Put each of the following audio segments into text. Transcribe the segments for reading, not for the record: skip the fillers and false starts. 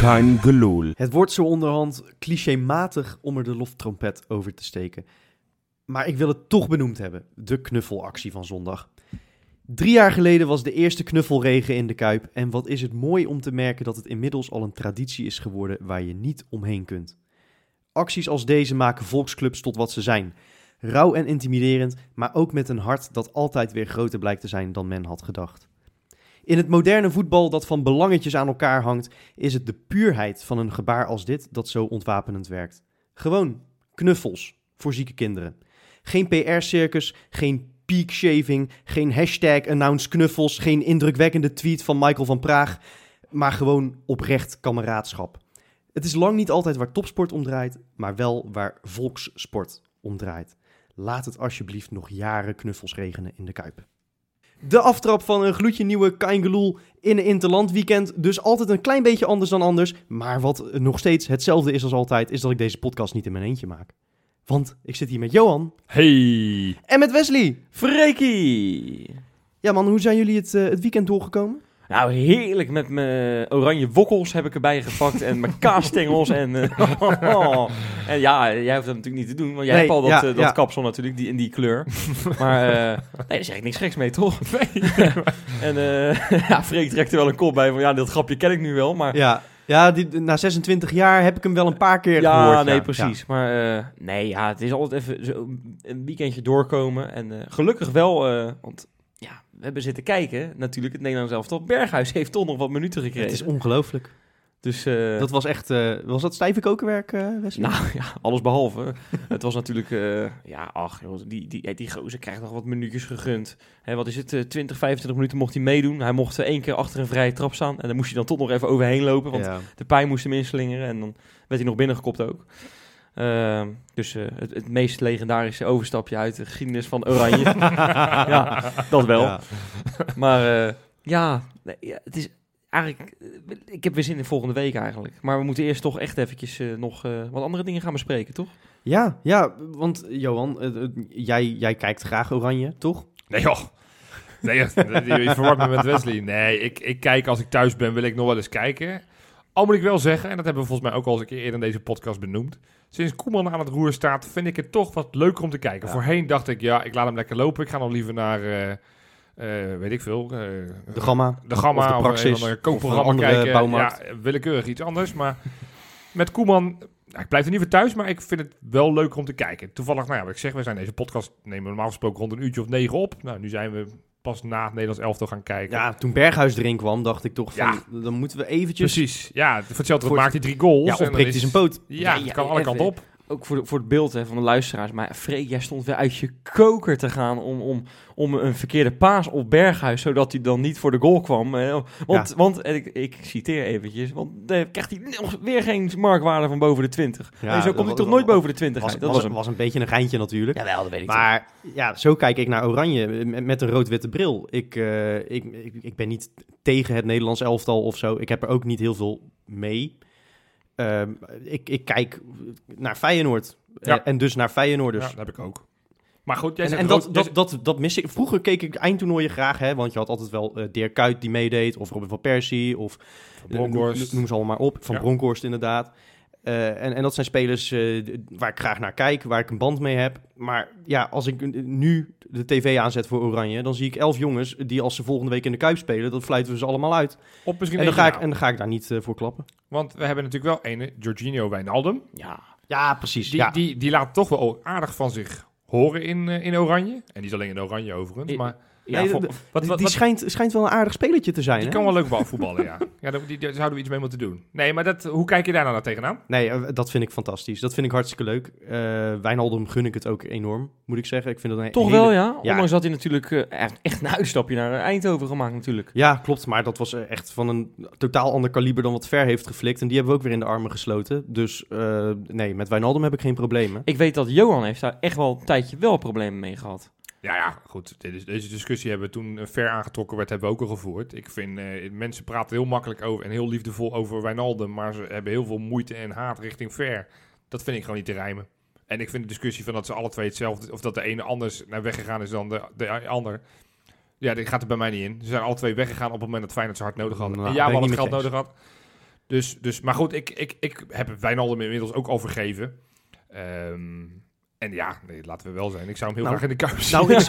Kein gelul. Het wordt zo onderhand clichématig om er de loftrompet over te steken. Maar ik wil het toch benoemd hebben. De knuffelactie van zondag. 3 jaar geleden was de eerste knuffelregen in de Kuip. En wat is het mooi om te merken dat het inmiddels al een traditie is geworden waar je niet omheen kunt. Acties als deze maken volksclubs tot wat ze zijn. Rauw en intimiderend, maar ook met een hart dat altijd weer groter blijkt te zijn dan men had gedacht. In het moderne voetbal dat van belangetjes aan elkaar hangt, is het de puurheid van een gebaar als dit dat zo ontwapenend werkt. Gewoon knuffels voor zieke kinderen. Geen PR-circus, geen peak-shaving, geen #announce knuffels, geen indrukwekkende tweet van Michael van Praag, maar gewoon oprecht kameraadschap. Het is lang niet altijd waar topsport om draait, maar wel waar volkssport om draait. Laat het alsjeblieft nog jaren knuffels regenen in de Kuip. De aftrap van een gloedje nieuwe Kein Gelul in een interlandweekend. Dus altijd een klein beetje anders dan anders. Maar wat nog steeds hetzelfde is als altijd, is dat ik deze podcast niet in mijn eentje maak. Want ik zit hier met Johan. Hey! En met Wesley. Freekie! Ja man, hoe zijn jullie het weekend doorgekomen? Nou, heerlijk met mijn oranje wokkels heb ik erbij gepakt en mijn kaasstengels en... En ja, jij hoeft dat natuurlijk niet te doen, want jij hebt al dat kapsel natuurlijk, in die kleur. Maar nee, daar zeg ik niks geks mee, toch? Nee. En Freek trekt er wel een kop bij van, ja, dat grapje ken ik nu wel, maar... Ja, na 26 jaar heb ik hem wel een paar keer gehoord. Ja, nee, precies. Ja. Maar nee, ja, het is altijd even zo een weekendje doorkomen. En gelukkig wel, want ja, we hebben zitten kijken. Natuurlijk, het Nederlands elftal. Berghuis heeft toch nog wat minuten gekregen. Het is ongelooflijk. Dus, dat was echt... was dat stijve kokenwerk, Wesley? Nou ja, alles behalve. Het was natuurlijk... die gozer krijgt nog wat minuutjes gegund. Hè, wat is het? 20, 25 minuten mocht hij meedoen. Hij mocht 1 keer achter een vrije trap staan. En dan moest hij dan toch nog even overheen lopen. Want de pijn moest hem inslingeren. En dan werd hij nog binnengekopt ook. Dus het meest legendarische overstapje uit de geschiedenis van Oranje. Ja, dat wel. Ja. Maar het is... Eigenlijk, ik heb weer zin in volgende week eigenlijk. Maar we moeten eerst toch echt eventjes nog wat andere dingen gaan bespreken, toch? Ja, want Johan, jij kijkt graag Oranje, toch? Nee joh. Nee, je verwart me met Wesley. Nee, ik kijk als ik thuis ben, wil ik nog wel eens kijken. Al moet ik wel zeggen, en dat hebben we volgens mij ook al eens een keer eerder in deze podcast benoemd. Sinds Koeman aan het roer staat, vind ik het toch wat leuker om te kijken. Ja. Voorheen dacht ik, ik laat hem lekker lopen. Ik ga nog liever naar... weet ik veel. De Gamma. De Gamma of de Praxis. Of een koopprogramma kijken. Bouwmarkt. Ja, willekeurig iets anders. Maar met Koeman, ik blijf er niet voor thuis, maar ik vind het wel leuk om te kijken. Toevallig, wat ik zeg, we zijn deze podcast, nemen we normaal gesproken rond 1 uurtje of 9 op. Nou, nu zijn we pas na het Nederlands elftal gaan kijken. Ja, toen Berghuis erin kwam, dacht ik toch van, dan moeten we eventjes... Precies, ja, voor hetzelfde maakt hij 3 goals. Ja, of breekt hij zijn poot. Ja, het kan alle kanten op. Ook voor het beeld van de luisteraars. Maar Freek, jij stond weer uit je koker te gaan om een verkeerde paas op Berghuis, zodat hij dan niet voor de goal kwam. Want ik citeer eventjes, want dan krijgt hij nog weer geen marktwaarde van boven de 20. Ja, zo komt hij toch nooit boven de 20 Dat was een beetje een geintje natuurlijk. Jawel, dat weet ik. Maar ja, zo kijk ik naar Oranje met een rood-witte bril. Ik ben niet tegen het Nederlands elftal of zo. Ik heb er ook niet heel veel mee. Ik kijk naar Feyenoord en dus naar Feyenoorders. Ja, dat heb ik ook. Maar goed, dat mis ik. Vroeger keek ik eindtoernooien graag, want je had altijd wel Dirk Kuyt die meedeed, of Robin van Persie, of Bronkhorst. Noem ze allemaal op. Van Bronkhorst inderdaad. En dat zijn spelers waar ik graag naar kijk, waar ik een band mee heb. Maar ja, als ik nu de tv aanzet voor Oranje, dan zie ik 11 jongens die als ze volgende week in de Kuip spelen, dan fluiten we ze allemaal uit. En dan ga ik daar niet voor klappen. Want we hebben natuurlijk wel ene, Jorginho Wijnaldum. Ja, precies. Die laat toch wel aardig van zich horen in Oranje. En die is alleen in Oranje overigens, maar... Ja, die schijnt wel een aardig spelertje te zijn. Die kan wel leuk voetballen, ja. Daar zouden we iets mee moeten doen. Nee, maar hoe kijk je daar nou tegenaan? Nee, dat vind ik fantastisch. Dat vind ik hartstikke leuk. Wijnaldum gun ik het ook enorm, moet ik zeggen. Ik vind dat toch wel, ja? Ondanks dat hij natuurlijk echt een uitstapje naar Eindhoven gemaakt natuurlijk. Ja, klopt. Maar dat was echt van een totaal ander kaliber dan wat Ver heeft geflikt. En die hebben we ook weer in de armen gesloten. Dus nee, met Wijnaldum heb ik geen problemen. Ik weet dat Johan heeft daar echt wel een tijdje wel problemen mee gehad. Ja, goed. Deze discussie hebben we toen Ver aangetrokken werd, hebben we ook al gevoerd. Ik vind, mensen praten heel makkelijk over en heel liefdevol over Wijnaldum, maar ze hebben heel veel moeite en haat richting Ver. Dat vind ik gewoon niet te rijmen. En ik vind de discussie van dat ze alle twee hetzelfde, of dat de ene anders naar weggegaan is dan de ander. Ja, die gaat er bij mij niet in. Ze zijn alle twee weggegaan op het moment dat Feyenoord ze hard nodig hadden. En ja, we hadden het geld nodig had. Dus, maar goed, ik heb Wijnaldum inmiddels ook al vergeven. En ja, nee, laten we wel zijn. Ik zou hem heel graag in de Kuip zien. Nou,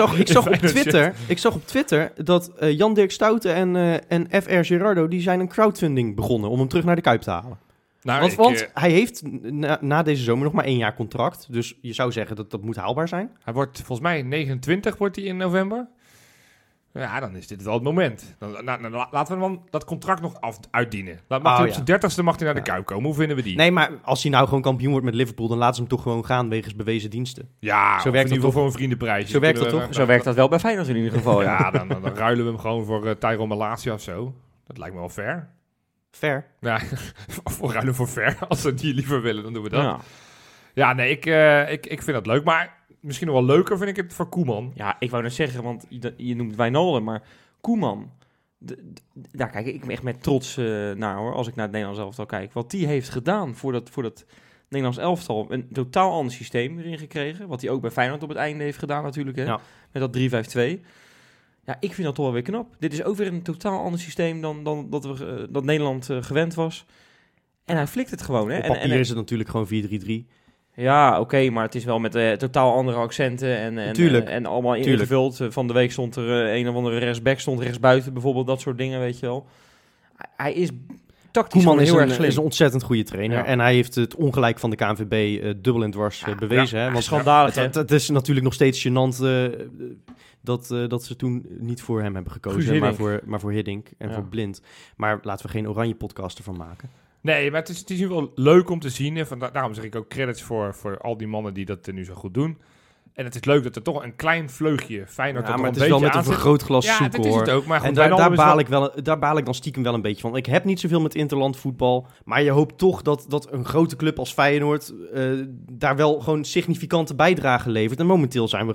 ik zag op Twitter dat Jan-Dirk Stouten en FR Gerardo, die zijn een crowdfunding begonnen om hem terug naar de Kuip te halen. Nou, Want hij heeft na deze zomer nog maar 1 jaar contract. Dus je zou zeggen dat moet haalbaar zijn. Hij wordt volgens mij 29 wordt hij in november. Ja, dan is dit wel het moment. Laten we dan dat contract nog uitdienen. Mag hij op zijn 30ste mag hij naar de Kuip komen. Hoe vinden we die? Nee, maar als hij nou gewoon kampioen wordt met Liverpool, dan laten ze hem toch gewoon gaan wegens bewezen diensten. Ja, zo werkt in ieder geval voor een vriendenprijsje. Zo werkt dat toch? Zo werkt dat wel bij Feyenoord in ieder geval. Ja, dan ruilen we hem gewoon voor Tyrone Malacia of zo. Dat lijkt me wel fair. Fair? Ja, of we ruilen voor fair. Als ze die liever willen, dan doen we dat. Ja, nee, ik vind dat leuk. Maar misschien nog wel leuker vind ik het voor Koeman. Ja, ik wou net zeggen, want je noemt Wijnaldum, maar Koeman, daar kijk ik echt met trots naar, hoor, als ik naar het Nederlands elftal kijk. Wat die heeft gedaan voor dat Nederlands elftal. Een totaal ander systeem erin gekregen. Wat hij ook bij Feyenoord op het einde heeft gedaan natuurlijk, hè? Ja. Met dat 3-5-2. Ja, ik vind dat toch wel weer knap. Dit is ook weer een totaal ander systeem dan dat Nederland gewend was. En hij flikt het gewoon, hè? Op papier is het natuurlijk gewoon 4-3-3. Ja, oké, maar het is wel met totaal andere accenten en allemaal ingevuld. Van de week stond er een of andere rechtsback, stond rechtsbuiten bijvoorbeeld, dat soort dingen, weet je wel. Hij is tactisch Koeman heel erg slim. Is een ontzettend goede trainer. Ja. En hij heeft het ongelijk van de KNVB dubbel en dwars bewezen. Hè? Want schandalig, het is natuurlijk nog steeds gênant dat ze toen niet voor hem hebben gekozen, maar voor Hiddink en voor Blind. Maar laten we geen oranje podcast ervan maken. Nee, maar het is wel leuk om te zien. En daarom zeg ik ook credits voor al die mannen die dat nu zo goed doen. En het is leuk dat er toch een klein vleugje Feyenoord ja, maar het is wel met een vergrootglas zoeken, hoor. Het ook, maar goed, en daar baal ik dan stiekem wel een beetje van. Ik heb niet zoveel met interland voetbal, maar je hoopt toch dat een grote club als Feyenoord daar wel gewoon significante bijdrage levert. En momenteel zijn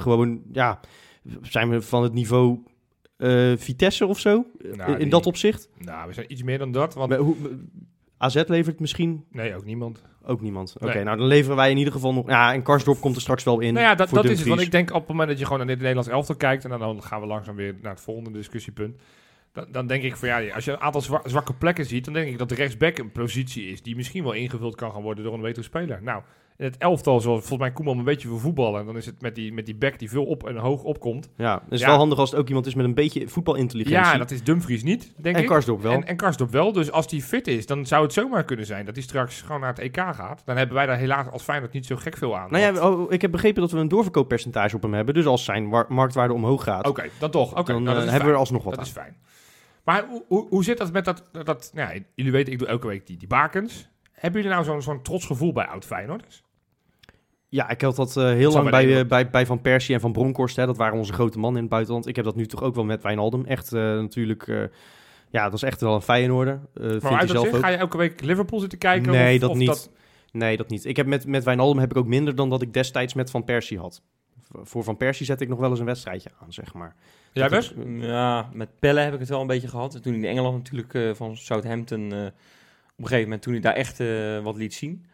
we van het niveau Vitesse of zo, in dat opzicht. Nou, we zijn iets meer dan dat, want... AZ levert misschien... Nee, ook niemand. Ook niemand. Oké, Nee. nou dan leveren wij in ieder geval nog... Ja, en Karsdorp komt er straks wel in. Nou ja, dat is het. Want ik denk op het moment dat je gewoon naar dit Nederlands elftal kijkt... en dan gaan we langzaam weer naar het volgende discussiepunt... Dan denk ik van als je een aantal zwakke plekken ziet... dan denk ik dat de rechtsback een positie is... die misschien wel ingevuld kan gaan worden door een betere speler. Nou, in het elftal, zoals volgens mij Koeman een beetje wil voetballen... dan is het met die back die veel op en hoog opkomt. Ja, het is wel handig als het ook iemand is met een beetje voetbalintelligentie. Ja, dat is Dumfries niet, denk ik. En Karsdorp wel. En Karsdorp wel. Dus als die fit is, dan zou het zomaar kunnen zijn... dat hij straks gewoon naar het EK gaat. Dan hebben wij daar helaas als Feyenoord niet zo gek veel aan. Nou ja, ik heb begrepen dat we een doorverkooppercentage op hem hebben. Dus als zijn marktwaarde omhoog gaat... Oké, dan toch. Dan nou, hebben we er alsnog wat dat aan. Dat is fijn. Maar hoe zit dat met dat jullie weten, ik doe elke week die bakens. Hebben jullie nou zo'n trots gevoel bij oud Feyenoorders? Ja, ik had dat heel lang bij Van Persie en Van Bronckhorst. Hè, dat waren onze grote mannen in het buitenland. Ik heb dat nu toch ook wel met Wijnaldum. Echt natuurlijk... dat is echt wel een Feyenoorder. Maar uit dat ga je elke week Liverpool zitten kijken? Nee, dat niet. Nee, dat niet. Ik heb met Wijnaldum heb ik ook minder dan dat ik destijds met Van Persie had. Voor Van Persie zet ik nog wel eens een wedstrijdje aan, zeg maar. Jij best? Ja, met Pelle heb ik het wel een beetje gehad. Toen in Engeland natuurlijk van Southampton... op een gegeven moment toen hij daar echt wat liet zien.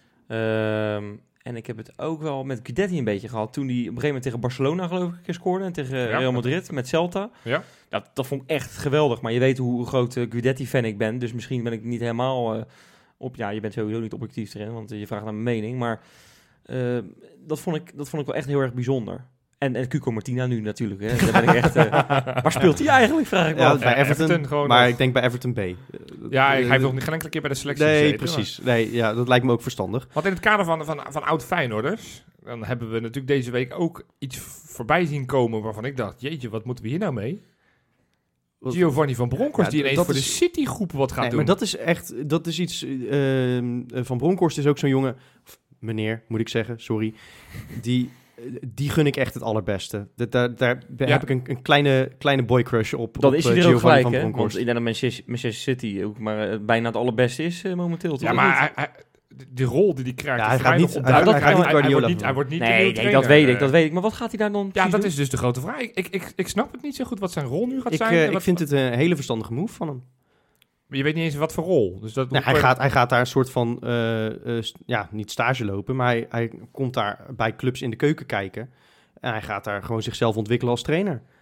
En ik heb het ook wel met Guidetti een beetje gehad. Toen hij op een gegeven moment tegen Barcelona geloof ik scoorde. En tegen Real Madrid met Celta. Ja. Dat vond ik echt geweldig. Maar je weet hoe groot Guidetti-fan ik ben. Dus misschien ben ik niet helemaal op... Ja, je bent sowieso niet objectief erin. Want je vraagt naar mijn mening. Maar dat vond ik wel echt heel erg bijzonder. En Cuco Martina nu natuurlijk. Hè. Daar ben ik echt... waar speelt hij eigenlijk, vraag ik me af. Bij Everton gewoon maar nog. Ik denk bij Everton B. Hij heeft nog geen enkele keer bij de selectie gezeten. Precies. Maar. Nee, ja, dat lijkt me ook verstandig. Want in het kader van oud Feyenoorders... dan hebben we natuurlijk deze week ook iets voorbij zien komen... waarvan ik dacht, jeetje, wat moeten we hier nou mee? Giovanni van Bronckhorst, die ineens voor de City-groep wat gaat doen. Maar dat is iets... Van Bronckhorst is ook zo'n jongen... meneer, moet ik zeggen, sorry... Die gun ik echt het allerbeste. Daar heb ik een kleine boycrush op. Dat is hij er ook gelijk, van hè? Want ik denk dat Manchester City ook maar bijna het allerbeste is momenteel. Toch? Ja, maar de rol die hij krijgt... hij gaat niet Guardiola. Hij wordt niet nee, dat weet ik. Maar wat gaat hij daar dan Ja, dat doen? is dus de grote vraag. Ik snap het niet zo goed wat zijn rol nu gaat zijn. Ik vind het een hele verstandige move van hem. Maar je weet niet eens wat voor rol. Dus dat hij gaat daar een soort van, niet stage lopen, maar hij komt daar bij clubs in de keuken kijken. En hij gaat daar gewoon zichzelf ontwikkelen als trainer.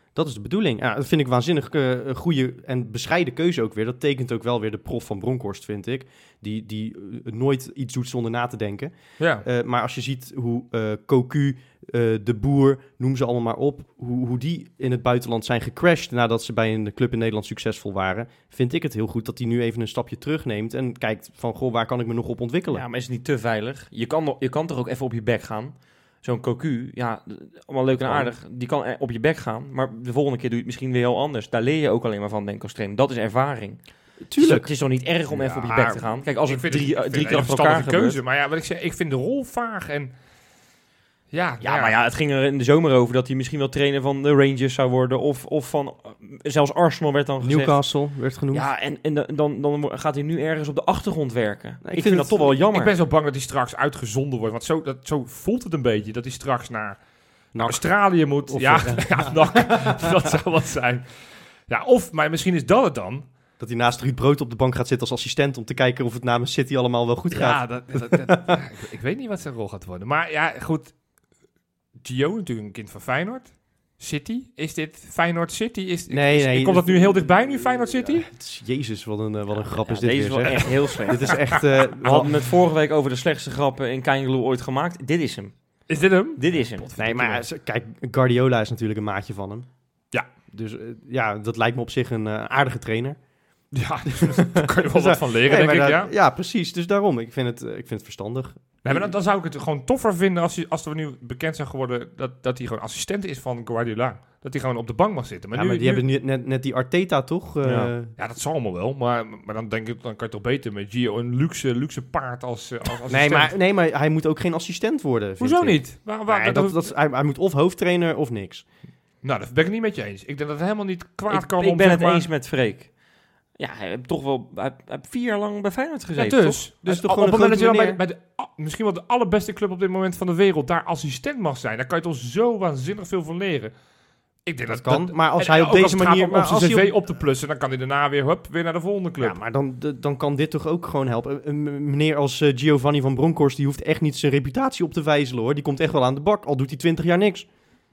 Dat is de bedoeling. Ja, dat vind ik waanzinnig goede en bescheiden keuze ook weer. Dat tekent ook wel weer de prof van Bronkhorst, vind ik. Die nooit iets doet zonder na te denken. Ja. Maar als je ziet hoe Cocu, De Boer, noem ze allemaal maar op... Hoe die in het buitenland zijn gecrashed nadat ze bij een club in Nederland succesvol waren... vind ik het heel goed dat hij nu even een stapje terugneemt... en kijkt van, goh, waar kan ik me nog op ontwikkelen? Ja, maar is het niet te veilig? Je kan toch ook even op je bek gaan? Zo'n Cocu, ja, allemaal leuk en aardig. Die kan op je bek gaan, maar de volgende keer doe je het misschien weer heel anders. Daar leer je ook alleen maar van, denk ik, als trainer. Dat is ervaring. Tuurlijk. Het is toch niet erg om even op je bek te gaan? Kijk, als Ik het vind drie keer een achter elkaar verstandige keuze. gebeurt... Maar ja, wat ik zeg, ik vind de rol vaag en... Ja, maar ja, het ging er in de zomer over dat hij misschien wel trainer van de Rangers zou worden. Of van, zelfs Arsenal werd dan gezegd. Newcastle werd genoemd. Ja, en dan gaat hij nu ergens op de achtergrond werken. Nou, ik vind dat toch wel jammer. Ik ben zo bang dat hij straks uitgezonden wordt. Want zo voelt het een beetje. Dat hij straks naar Australië moet. Of, Dat zou wat zijn. Ja, maar misschien is dat het dan. Dat hij naast Ruud Brood op de bank gaat zitten als assistent... om te kijken of het namens City allemaal wel goed gaat. Ja, ik weet niet wat zijn rol gaat worden. Maar ja, goed... Gio, natuurlijk een kind van Feyenoord. City, is dit Feyenoord City? Nee. Komt dat nu heel dichtbij nu, Feyenoord City? Jezus, wat een grap is Deze dit is weer, wel zeg. echt heel slecht. Dit is echt... We hadden het vorige week over de slechtste grappen in Kaingeloe ooit gemaakt. Dit is hem. Is dit hem? Dit is hem. Nee, maar kijk, Guardiola is natuurlijk een maatje van hem. Ja. Dus dat lijkt me op zich een aardige trainer. Ja, daar kan je wel wat van leren, denk ik, ja. Ja, precies. Dus daarom, ik vind het verstandig. Nee, maar dan zou ik het gewoon toffer vinden als we nu bekend zijn geworden dat hij gewoon assistent is van Guardiola. Dat hij gewoon op de bank mag zitten. Maar Maar die hebben net die Arteta, toch? Ja, dat zal allemaal wel. Maar dan denk ik, dan kan je toch beter met Gio een luxe paard als assistent. Nee, maar hij moet ook geen assistent worden, vind Hoezo ik. niet? Hij moet of hoofdtrainer of niks. Nou, dat ben ik niet met je eens. Ik denk dat het helemaal niet kwaad kan. Ik ben het eens met Freek. Ja, hij heeft toch wel... Hij heeft 4 jaar lang bij Feyenoord gezeten, ja, toch? Dus toch op gewoon het moment dat een je dan grote bij misschien wel de allerbeste club op dit moment van de wereld daar assistent mag zijn, daar kan je toch zo waanzinnig veel van leren. Ik denk dat kan. Maar als en hij op ook deze als het manier... gaat om zijn als hij cv op te plussen, dan kan hij daarna weer naar de volgende club. Ja, maar dan kan dit toch ook gewoon helpen. Een meneer als Giovanni van Bronckhorst, die hoeft echt niet zijn reputatie op te vijzelen, hoor. Die komt echt wel aan de bak, al doet hij 20 jaar niks.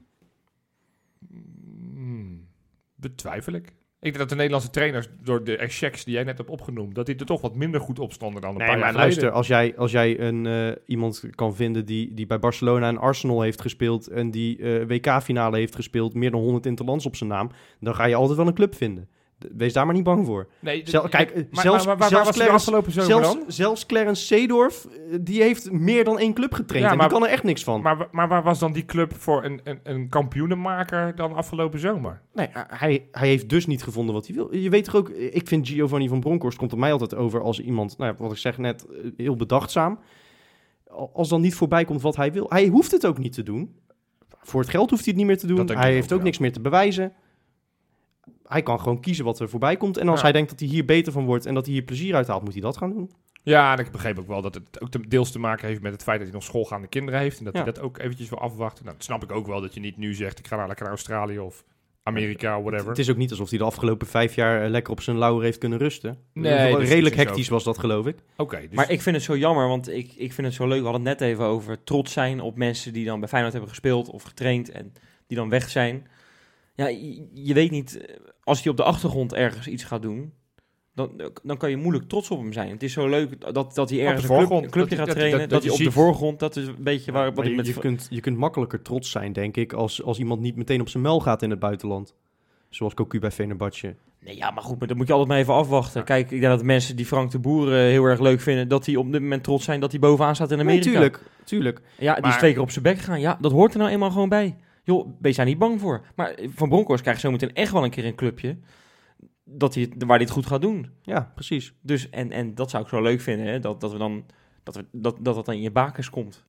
Betwijfel ik. Ik denk dat de Nederlandse trainers, door de checks die jij net hebt opgenoenoemd, dat die er toch wat minder goed op stonden dan een paar jaar geleden. Luister, als jij iemand kan vinden die bij Barcelona en Arsenal heeft gespeeld en die WK-finale heeft gespeeld, meer dan 100 interlands op zijn naam, dan ga je altijd wel een club vinden. Wees daar maar niet bang voor. Nee, Waar was de afgelopen zomer dan? Zelfs Clarence Seedorf, die heeft meer dan 1 club getraind en die kan er echt niks van. Maar waar was dan die club voor een kampioenenmaker dan afgelopen zomer? Nee, hij heeft dus niet gevonden wat hij wil. Je weet toch ook, ik vind Giovanni van Bronckhorst komt op mij altijd over als iemand, nou ja, wat ik zeg net, heel bedachtzaam. Als dan niet voorbij komt wat hij wil. Hij hoeft het ook niet te doen. Voor het geld hoeft hij het niet meer te doen. Hij heeft ook niks meer te bewijzen. Hij kan gewoon kiezen wat er voorbij komt. En als hij denkt dat hij hier beter van wordt en dat hij hier plezier uit haalt, moet hij dat gaan doen. Ja, en ik begreep ook wel dat het ook deels te maken heeft met het feit dat hij nog schoolgaande kinderen heeft. En dat hij dat ook eventjes wil afwachten. Nou, dat snap ik ook wel, dat je niet nu zegt, ik ga lekker naar Australië of Amerika, whatever. Het is ook niet alsof hij de afgelopen 5 jaar lekker op zijn lauwer heeft kunnen rusten. Nee, redelijk hectisch was dat, geloof ik. Oké, dus... Maar ik vind het zo jammer, want ik vind het zo leuk. We hadden het net even over trots zijn op mensen die dan bij Feyenoord hebben gespeeld of getraind en die dan weg zijn. Ja, je weet niet, als hij op de achtergrond ergens iets gaat doen, dan kan je moeilijk trots op hem zijn. Het is zo leuk dat hij ergens een clubje gaat trainen, dat hij op de voorgrond, dat is een beetje waar... Wat je kunt makkelijker trots zijn, denk ik, als iemand niet meteen op zijn mel gaat in het buitenland. Zoals Cocu bij Fenerbahce. Nee, ja, maar goed, maar dan moet je altijd maar even afwachten. Kijk, ik denk dat mensen die Frank de Boer heel erg leuk vinden, dat die op dit moment trots zijn dat hij bovenaan staat in Amerika. Nee, tuurlijk. Ja, die is 2 keer op zijn bek gegaan. Ja, dat hoort er nou eenmaal gewoon bij. Joh, wees daar niet bang voor. Maar Van Bronckhorst krijgt zo meteen echt wel een keer een clubje waar hij het goed gaat doen. Ja, precies. Dus, en dat zou ik zo leuk vinden, hè? Dat dan in je bakens komt.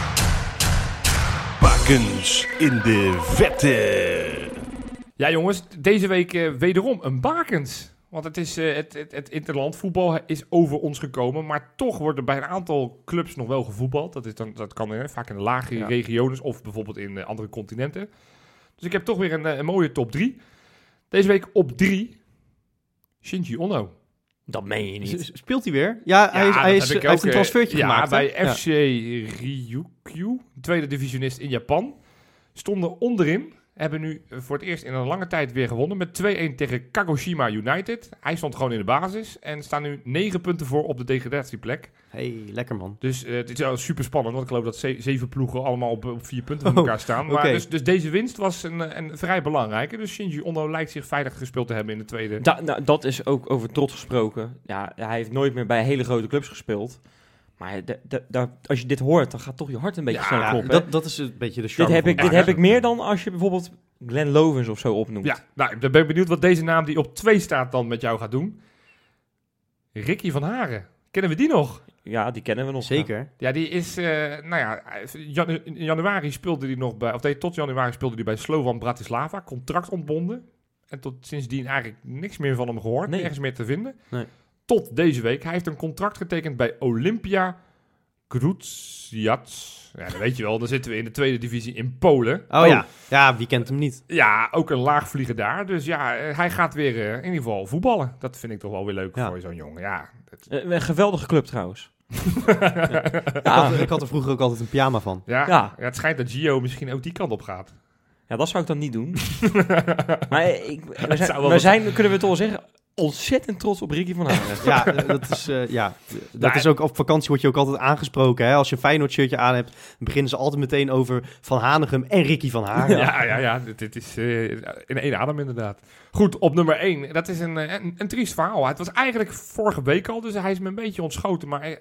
Bakens in de vette. Ja jongens, deze week wederom een bakens. Want het is het interland voetbal is over ons gekomen. Maar toch wordt er bij een aantal clubs nog wel gevoetbald. Dat kan vaak in de lagere regionen of bijvoorbeeld in andere continenten. Dus ik heb toch weer een mooie top 3. Deze week op 3, Shinji Ono. Dat meen je niet. Speelt hij weer? Ja, hij heeft een transfertje gemaakt. Bij FC Ryukyu, tweede divisionist in Japan. Stonden onderin hebben nu voor het eerst in een lange tijd weer gewonnen met 2-1 tegen Kagoshima United. Hij stond gewoon in de basis en staan nu 9 punten voor op de degradatieplek. Hey, lekker man. Dus het is wel super spannend, want ik geloof dat 7 ploegen allemaal op 4 punten van elkaar staan. Maar oké. dus deze winst was een vrij belangrijke. Dus Shinji Ono lijkt zich veilig gespeeld te hebben in de tweede. Dat is ook over trots gesproken. Ja, hij heeft nooit meer bij hele grote clubs gespeeld. Maar als je dit hoort, dan gaat toch je hart een beetje snel kloppen. Dat is een beetje de Dit charme. heb ik meer dan als je bijvoorbeeld Glenn Lovens of zo opnoemt. Ja, nou, dan ben ik benieuwd wat deze naam die op 2 staat dan met jou gaat doen. Ricky van Haren. Kennen we die nog? Ja, die kennen we nog. Zeker. Ja, die is, in januari speelde hij nog bij, tot januari speelde hij bij Slovan Bratislava, contract ontbonden. En tot sindsdien eigenlijk niks meer van hem gehoord, nergens meer te vinden. Nee. Tot deze week. Hij heeft een contract getekend bij Olympia Grudziądz. Ja, dat weet je wel, dan zitten we in de tweede divisie in Polen. Ja, wie kent hem niet? Ja, ook een laagvlieger daar. Dus ja, hij gaat weer in ieder geval voetballen. Dat vind ik toch wel weer leuk voor zo'n jongen. Ja, Een geweldige club trouwens. Ik had er vroeger ook altijd een pyjama van. Ja, het schijnt dat Gio misschien ook die kant op gaat. Ja, dat zou ik dan niet doen. Maar we zijn, kunnen we toch wel zeggen, ontzettend trots op Ricky van Haren. Dat is ook op vakantie word je ook altijd aangesproken. Hè? Als je een Feyenoord shirtje aan hebt, dan beginnen ze altijd meteen over Van Hanegem en Ricky van Haren. Ja, dit is in één adem inderdaad. Goed, op nummer 1. Dat is een triest verhaal. Het was eigenlijk vorige week al, dus hij is me een beetje ontschoten. Maar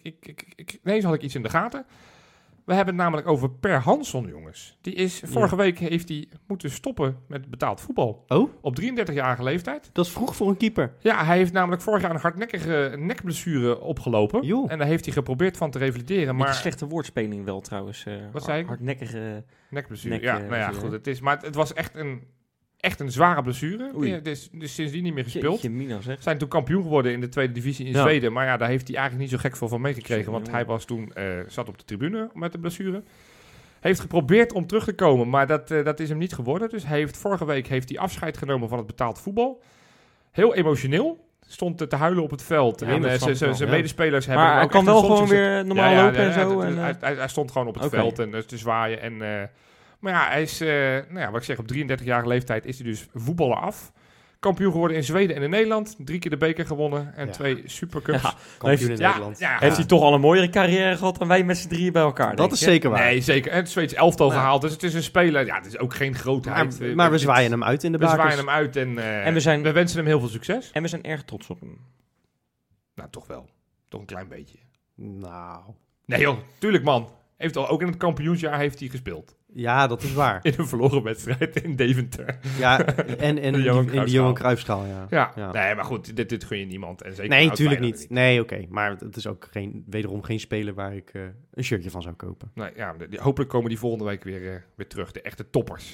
ineens had ik iets in de gaten. We hebben het namelijk over Per Hansson, jongens. Die is vorige week heeft hij moeten stoppen met betaald voetbal. Oh? Op 33-jarige leeftijd. Dat is vroeg voor een keeper. Ja, hij heeft namelijk vorig jaar een hardnekkige nekblessure opgelopen. Joh. En daar heeft hij geprobeerd van te revalideren. Maar een slechte woordspeling wel trouwens. Wat zei ik? Hardnekkige nekblessure. Goed. Het was echt een zware blessure. Dus sindsdien niet meer gespeeld. Zijn toen kampioen geworden in de tweede divisie in Zweden. Maar ja, daar heeft hij eigenlijk niet zo gek veel van meegekregen. Want hij was toen, zat op de tribune met de blessure. Heeft geprobeerd om terug te komen, maar dat is hem niet geworden. Dus vorige week heeft hij afscheid genomen van het betaald voetbal. Heel emotioneel. Stond te huilen op het veld. Ja, en zijn medespelers hebben... Maar hij kan wel gewoon weer normaal lopen en zo. Hij stond gewoon op het veld en te zwaaien en... Maar ja, hij is, wat ik zeg, op 33-jarige leeftijd is hij dus voetballer af. Kampioen geworden in Zweden en in Nederland. 3 keer de beker gewonnen en 2 supercups. Ja, kampioen in Nederland. Heeft hij toch al een mooiere carrière gehad dan wij met z'n drieën bij elkaar? Dat is zeker waar. Nee, zeker. En het Zweeds elftal gehaald. Dus het is een speler. Ja, het is ook geen grootheid. Maar we zwaaien hem uit in de bakers. We zwaaien hem uit en we wensen hem heel veel succes. En we zijn erg trots op hem. Nou, toch wel. Toch een klein beetje. Nou. Nee joh, tuurlijk man. Ook in het kampioensjaar heeft hij gespeeld. Ja, dat is waar. In een verloren wedstrijd in Deventer. Ja, en in de Johan Cruijffschaal, ja. Nee, maar goed, dit gun je niemand. En zeker nee, natuurlijk niet. Nee, oké. Maar het is ook wederom geen speler waar ik een shirtje van zou kopen. Nee, ja, hopelijk komen die volgende week weer terug. De echte toppers.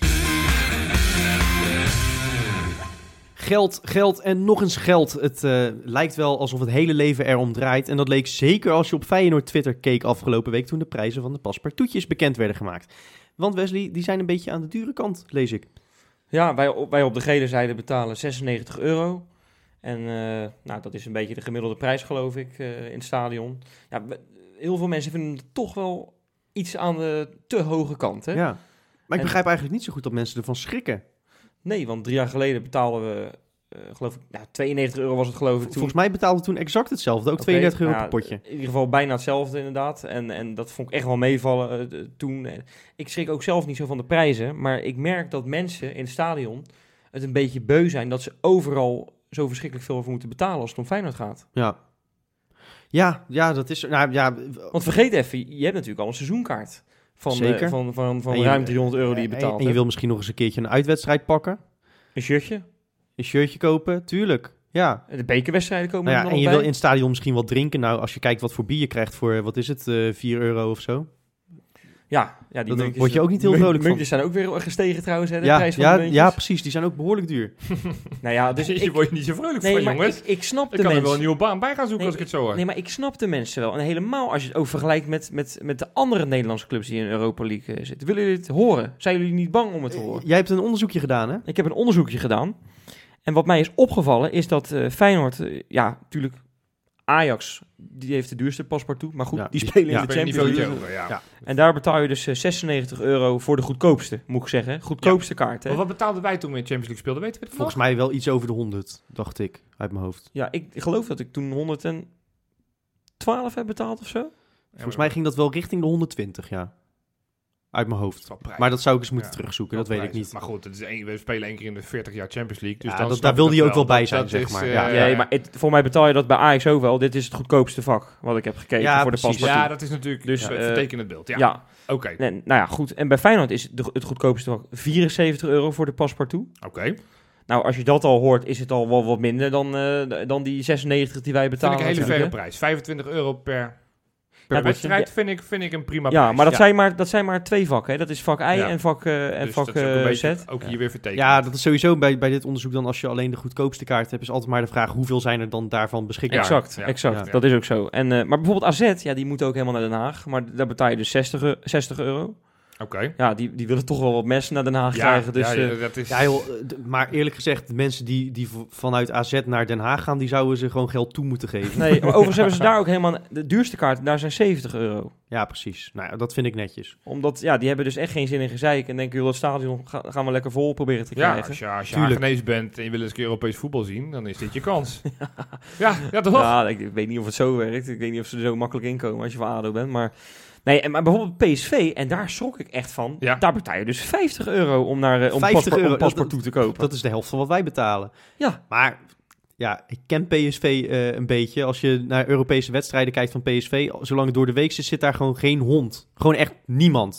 Geld en nog eens geld. Het lijkt wel alsof het hele leven erom draait. En dat leek zeker als je op Feyenoord Twitter keek afgelopen week toen de prijzen van de paspartoutjes bekend werden gemaakt. Want Wesley, die zijn een beetje aan de dure kant, lees ik. Ja, wij op de gele zijde betalen €96. En dat is een beetje de gemiddelde prijs, geloof ik, in het stadion. Ja, heel veel mensen vinden het toch wel iets aan de te hoge kant. Hè? Ja, maar ik begrijp eigenlijk niet zo goed dat mensen ervan schrikken. Nee, want 3 jaar geleden betaalden we, geloof ik, €92 was het, geloof ik toen. Volgens mij betaalden we toen exact hetzelfde, ook €32 per potje. In ieder geval bijna hetzelfde inderdaad. En dat vond ik echt wel meevallen toen. Ik schrik ook zelf niet zo van de prijzen, maar ik merk dat mensen in het stadion het een beetje beu zijn dat ze overal zo verschrikkelijk veel over moeten betalen als het om Feyenoord gaat. Ja, dat is... Want vergeet even, je hebt natuurlijk al een seizoenkaart. Van ruim €300 die je betaalt. En je wil misschien nog eens een keertje een uitwedstrijd pakken. Een shirtje. Een shirtje kopen, tuurlijk. Ja. De bekerwedstrijden komen er nog en je bij. wil in het stadion misschien wat drinken. Nou, als je kijkt wat voor bier je krijgt voor, wat is het, €4 of zo. Ja, die muntjes, word je ook niet heel vrolijk van. Muntjes zijn ook weer gestegen trouwens, hè, de prijs van de muntjes. Ja, precies. Die zijn ook behoorlijk duur. Nou ja, dus je wordt niet zo vrolijk van, jongens. Ik snap de mensen. Ik kan er wel een nieuwe baan bij gaan zoeken als ik het zo hoor. Nee, maar ik snap de mensen wel. En helemaal als je het ook vergelijkt met de andere Nederlandse clubs die in de Europa League zitten. Willen jullie het horen? Zijn jullie niet bang om het te horen? Jij hebt een onderzoekje gedaan, hè? Ik heb een onderzoekje gedaan. En wat mij is opgevallen is dat Feyenoord, natuurlijk Ajax, die heeft de duurste paspartout. Maar goed, Ja, die die- spelen ja, in de Ben je Champions niveautje League. hoger, ja. Ja. En daar betaal je dus €96 voor de goedkoopste, moet ik zeggen. Goedkoopste kaart, hè? Maar wat betaalden wij toen we in Champions League speelden? Weten we het Volgens nog? mij wel iets over de 100, dacht ik, uit mijn hoofd. Ja, ik geloof dat ik toen 112 heb betaald of zo. Volgens mij ging dat wel richting de 120, ja. Uit mijn hoofd. prijs. Maar dat zou ik eens moeten Ja, terugzoeken, dat Wat weet ik prijzen. niet. Maar goed, we spelen 1 keer in de 40 jaar Champions League. Dus Ja, dan dat- snap daar wilde ik je het ook wel bij Dat- zijn, dat zeg is, maar. ja, Nee, maar voor mij betaal je dat bij Ajax ook wel. Dit is het goedkoopste vak, wat ik heb gekeken Ja, voor de precies. paspartout. Ja, dat is natuurlijk Dus, vertekenend beeld. Ja, Ja, oké. nee, nou ja, goed. En bij Feyenoord is het goedkoopste vak €74 voor de paspartout. Oké. Nou, als je dat al hoort, is het al wel wat minder dan die 96 die wij Vind betalen. ik een hele natuurlijk, faire hè. prijs. €25 per Ja, dat- wedstrijd vind ik een prima Ja, prijs. maar dat zijn maar 2 vakken. Hè. Dat is vak I Ja. en vak, Dus vak dat is ook een beetje Z. ook hier weer vertekend. Ja, dat is sowieso bij dit onderzoek dan, als je alleen de goedkoopste kaart hebt, is altijd maar de vraag hoeveel zijn er dan daarvan beschikbaar. Exact, Ja. exact. Ja. Dat is ook zo. En, maar bijvoorbeeld AZ, ja, die moet ook helemaal naar Den Haag. Maar daar betaal je dus €60. Oké. Ja, die willen toch wel wat mensen naar Den Haag Ja, krijgen. Dus, ja, dat is... Ja joh, maar eerlijk gezegd, de mensen die vanuit AZ naar Den Haag gaan, die zouden ze gewoon geld toe moeten geven. nee, maar overigens hebben ze daar ook helemaal... De duurste kaart, daar zijn €70. Ja, precies. Nou ja, dat vind ik netjes. Omdat, ja, die hebben dus echt geen zin in gezeik. En denken, joh, dat stadion gaan we lekker vol proberen te Ja, krijgen. als je Tuurlijk. Hagenees bent en je wil eens een keer Europees voetbal zien, dan is dit je kans. ja, toch? Ja, ik weet niet of het zo werkt. Ik weet niet of ze er zo makkelijk in komen als je van ADO bent. Maar, nee, maar bijvoorbeeld PSV, en daar schrok ik echt van. Ja. Daar betaal je dus €50 om 50 euro, om paspartout te kopen. Dat is de helft van wat wij betalen. Ja. Maar ja, ik ken PSV een beetje. Als je naar Europese wedstrijden kijkt van PSV, zolang het door de week zit daar gewoon geen hond. Gewoon echt niemand.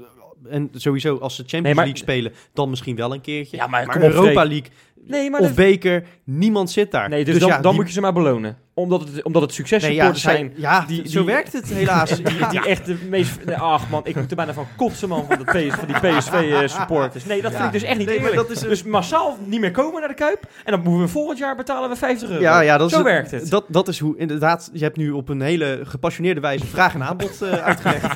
En sowieso, als ze Champions maar- League spelen, dan misschien wel een keertje. Ja, maar maar kom op, Europa Freek. League Nee, maar of beker, niemand zit daar. nee, dus dan, ja, dan die- moet je ze maar belonen. Omdat het successupporters zijn. Ja, die- zo die- werkt het helaas. Die echt de meest... Nee, ach man, ik moet er bijna van kotsen, man, van die PSV-supporters. Nee, dat vind ik dus echt niet Nee, maar eerlijk. dat is Dus massaal niet meer komen naar de Kuip. En dan moeten we volgend jaar betalen we €50. Ja, dat is Zo werkt het. Dat is hoe, inderdaad, je hebt nu op een hele gepassioneerde wijze vraag en aanbod uitgelegd.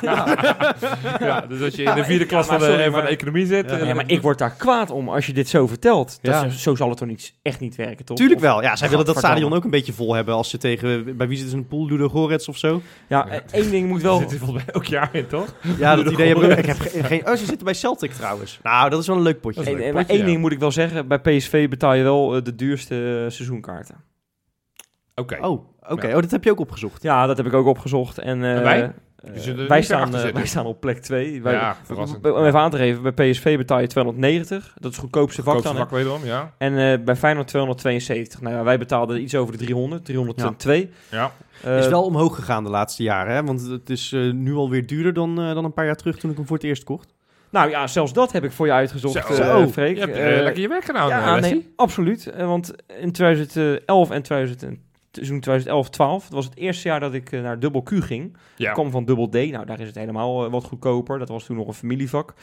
Ja, dus als je in Ja, de maar vierde ik- klas ja, maar van de sorry, maar- economie zit... Ja. Ja, maar ik word daar kwaad om als je dit zo vertelt. Ja. Zo zal het toch niet, echt niet werken, toch? Tuurlijk Of- wel. Ja, zij willen dat Gadverdamme. stadion ook een beetje vol hebben als ze tegen... Bij wie zitten ze in een pool? Ludo Gorets of zo? Ja, één ding moet wel... Zit er volgens mij elk jaar in, toch? Ja, dat idee heb ik ook. Ik heb geen... Oh, ze zitten bij Celtic trouwens. Nou, dat is wel een leuk potje. Dat is leuk. Maar potje, één ja. ding moet ik wel zeggen. Bij PSV betaal je wel de duurste seizoenkaarten. Oké. Oké. Ja. Oh, dat heb je ook opgezocht. Ja, dat heb ik ook opgezocht. En wij? We zullen er wij, niet ver staan, achter zitten. wij staan op plek 2. Ja, verrassend. Om even aan te geven, bij PSV betaal je 290. Dat is het goedkoopste vak Koopste dan. vak wederom, ja. En bij Feyenoord 272. Nou ja, wij betaalden iets over de 300, 302. Ja. is wel omhoog gegaan de laatste jaren, hè? Want het is nu alweer duurder dan een paar jaar terug toen ik hem voor het eerst kocht. Nou ja, zelfs dat heb ik voor je uitgezocht, Zo. Freek. Je hebt lekker je werk gedaan, Ja, Wesley. nee, absoluut. Want in 2011 en seizoen 2011-12, dat was het eerste jaar dat ik naar Dubbel Q ging. Ja. Ik kwam van Dubbel D. Nou, daar is het helemaal wat goedkoper. Dat was toen nog een familievak.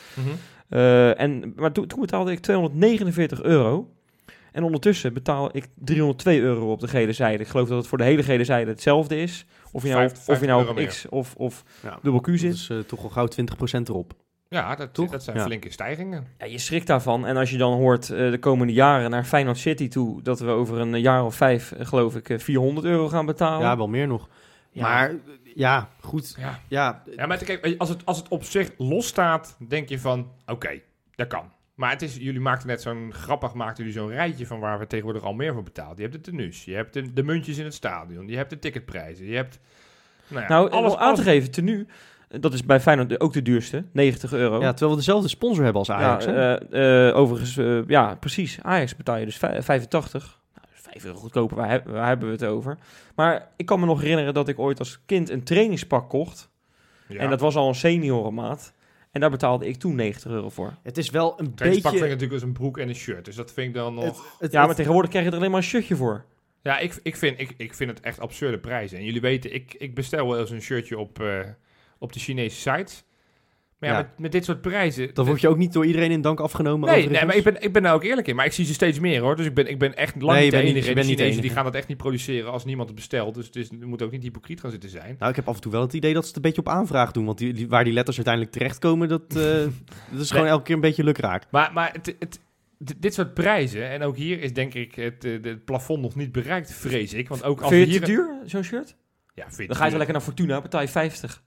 Mhm. Maar toen betaalde ik €249. En ondertussen betaal ik €302 op de gele zijde. Ik geloof dat het voor de hele gele zijde hetzelfde is. Of je nou, 50 of je nou euro op meer. X of Ja. Dubbel Q Dat zit. is toch al gauw 20% erop. Ja, Toch? dat zijn Ja. flinke stijgingen. Ja, je schrikt daarvan. En als je dan hoort de komende jaren naar Feyenoord City toe... dat we over een jaar of 5, geloof ik, €400 gaan betalen. Ja, wel meer nog. Ja. Maar ja, goed. Ja. Ja, Ja, maar kijk, als het op zich los staat, denk je van, oké, dat kan. Maar het is, jullie maakten net maakten jullie zo'n rijtje van waar we tegenwoordig al meer voor betaald. Je hebt de tenues, je hebt de muntjes in het stadion, je hebt de ticketprijzen, je hebt... Nou, alles aan te geven, tenue, dat is bij Feyenoord ook de duurste, €90. ja, terwijl we dezelfde sponsor hebben als Ajax. Ja, hè? overigens, ja, precies. Ajax betaal je dus 85. Nou, dat is €5 goedkoper, waar hebben we het over? Maar ik kan me nog herinneren dat ik ooit als kind een trainingspak kocht. Ja. En dat was al een seniorenmaat. En daar betaalde ik toen €90 voor. Het is wel een Trainingspak vind ik beetje... natuurlijk als een broek en een shirt, dus dat vind ik dan nog... Ja, maar tegenwoordig krijg je er alleen maar een shirtje voor. Ja, ik vind het echt absurde prijzen. En jullie weten, ik bestel wel eens een shirtje op de Chinese sites. Maar ja, Ja. met dit soort prijzen... Dan word je ook niet door iedereen in dank afgenomen. Nee, overigens. maar ik ben daar ook eerlijk in. Maar ik zie ze steeds meer, hoor. Dus ik ben echt lang Nee, niet je de bent enige. niet- je De bent niet de Chinezen die enige. gaan dat echt niet produceren als niemand het bestelt. Dus we moeten ook niet hypocriet gaan zitten zijn. Nou, ik heb af en toe wel het idee dat ze het een beetje op aanvraag doen. Want waar die letters uiteindelijk terechtkomen, dat is gewoon elke keer een beetje lukraak. Maar dit soort prijzen, en ook hier is denk ik het plafond nog niet bereikt, vrees ik. Want ook als Vind je hier het te duur, zo'n shirt? Ja, vind je Dan ga je wel lekker naar Fortuna, betaal je 50.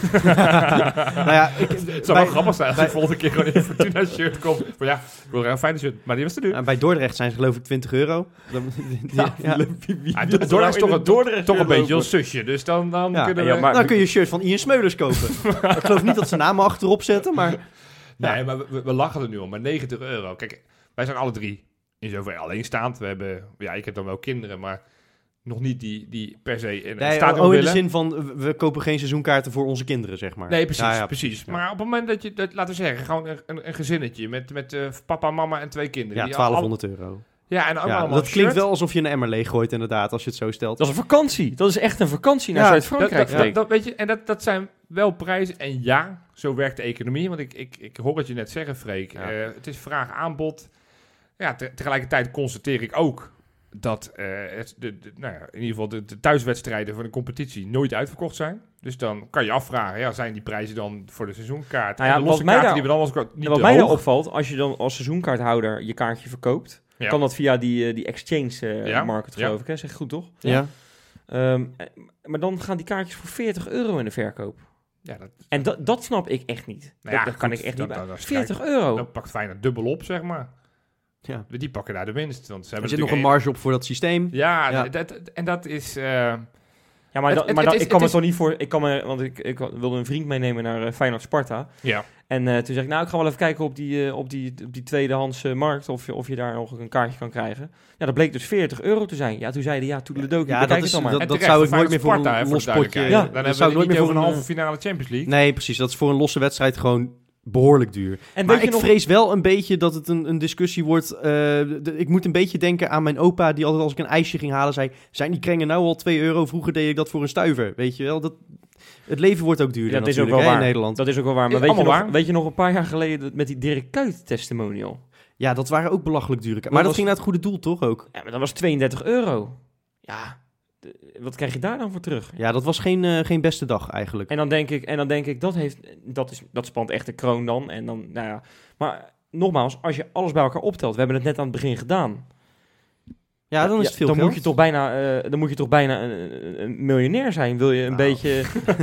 Nou ja, Het zou wel grappig zijn als ik volgende keer gewoon in een Fortuna shirt kom. Maar ja, ik wil er een fijne shirt, maar die was te duur. bij Dordrecht zijn ze geloof ik €20. Dordrecht is toch een beetje ons zusje, dus dan Ja. kunnen we... Ja, maar- Dan kun je een shirt van Ian Smeulers kopen. Ik geloof niet dat ze namen achterop zetten, maar... Nee, maar we lachen er nu om, maar €90. Kijk, wij zijn alle drie in zoverre alleenstaand. We hebben, ik heb dan wel kinderen, maar nog niet die per se in het stadion in de willen. zin van, we kopen geen seizoenkaarten voor onze kinderen, zeg maar. Nee, precies, Ja, precies. ja. Maar op het moment dat je, laten we zeggen, gewoon een gezinnetje met papa, mama en 2 kinderen. Ja, die €1200. Ja, en Ja, allemaal dat klinkt shirt. wel alsof je een emmer leeggooit, inderdaad, als je het zo stelt. Dat is een vakantie. Dat is echt een vakantie naar Ja, Zuid-Frankrijk. Dat, weet je, en dat zijn wel prijzen. En ja, zo werkt de economie. Want ik hoor het je net zeggen, Freek. Ja. Het is vraag-aanbod. Ja, tegelijkertijd constateer ik ook dat in ieder geval de thuiswedstrijden van de competitie nooit uitverkocht zijn. Dus dan kan je afvragen, zijn die prijzen dan voor de seizoenkaart? Nou ja, en de losse wat mij kaarten daar- die we dan als niet Wat te mij daar hoog. opvalt, als je dan als seizoenkaarthouder je kaartje verkoopt, Ja. kan dat via die exchange Ja. market, Ja. geloof ik. Hè? Zeg ik goed, toch? Ja. Maar dan gaan die kaartjes voor €40 in de verkoop. Ja, En dat snap ik echt niet. Nou ja, dat kan goed, ik echt dan- niet bij. dan- dan- €40. dan pakt Feyenoord dubbel op, zeg maar. Ja. Die pakken daar de winst. Want ze Er hebben zit nog een natuurlijk marge op voor dat systeem. Ja, Ja. dat is... Ja, maar, Het- maar het ik is- kan me het toch niet voor... Want ik wilde een vriend meenemen naar Feyenoord Sparta. ja. En toen zei ik, ik ga wel even kijken op die tweedehands markt of je daar nog een kaartje kan krijgen. Ja, dat bleek dus €40 te zijn. Ja, toen zeiden ja, toedeledokie, Ja, bekijk dat het is- dan maar. En dat terecht, zou ik voor nooit meer voor Sparta, hè, een voor los de potje... duidelijkheid. Ja, Dan zou hebben ik we nooit het meer niet voor over een... een halve finale Champions League. Nee, precies. Dat is voor een losse wedstrijd gewoon behoorlijk duur. En Maar weet je ik nog... vrees wel een beetje dat het een discussie wordt. Ik moet een beetje denken aan mijn opa, die altijd als ik een ijsje ging halen zei... Zijn die krengen nou al €2? Vroeger deed ik dat voor een stuiver. Weet je wel, het leven wordt ook duurder Ja, dat is ook natuurlijk, wel hè, in waar. Nederland. Dat is ook wel waar. Maar Is allemaal waar. weet je nog een paar jaar geleden met die Dirk Kuyt testimonial? Ja, dat waren ook belachelijk dure Maar Dat dat was- ging naar het goede doel, toch ook? Ja, maar dat was €32. Ja, wat krijg je daar dan voor terug? Ja, dat was geen beste dag eigenlijk. En dan denk ik, dat spant echt de kroon dan. En dan, nou ja. Maar nogmaals, als je alles bij elkaar optelt, we hebben het net aan het begin gedaan. Ja, dan is het veel dan geld. moet je toch bijna een miljonair zijn, wil je een Nou. beetje...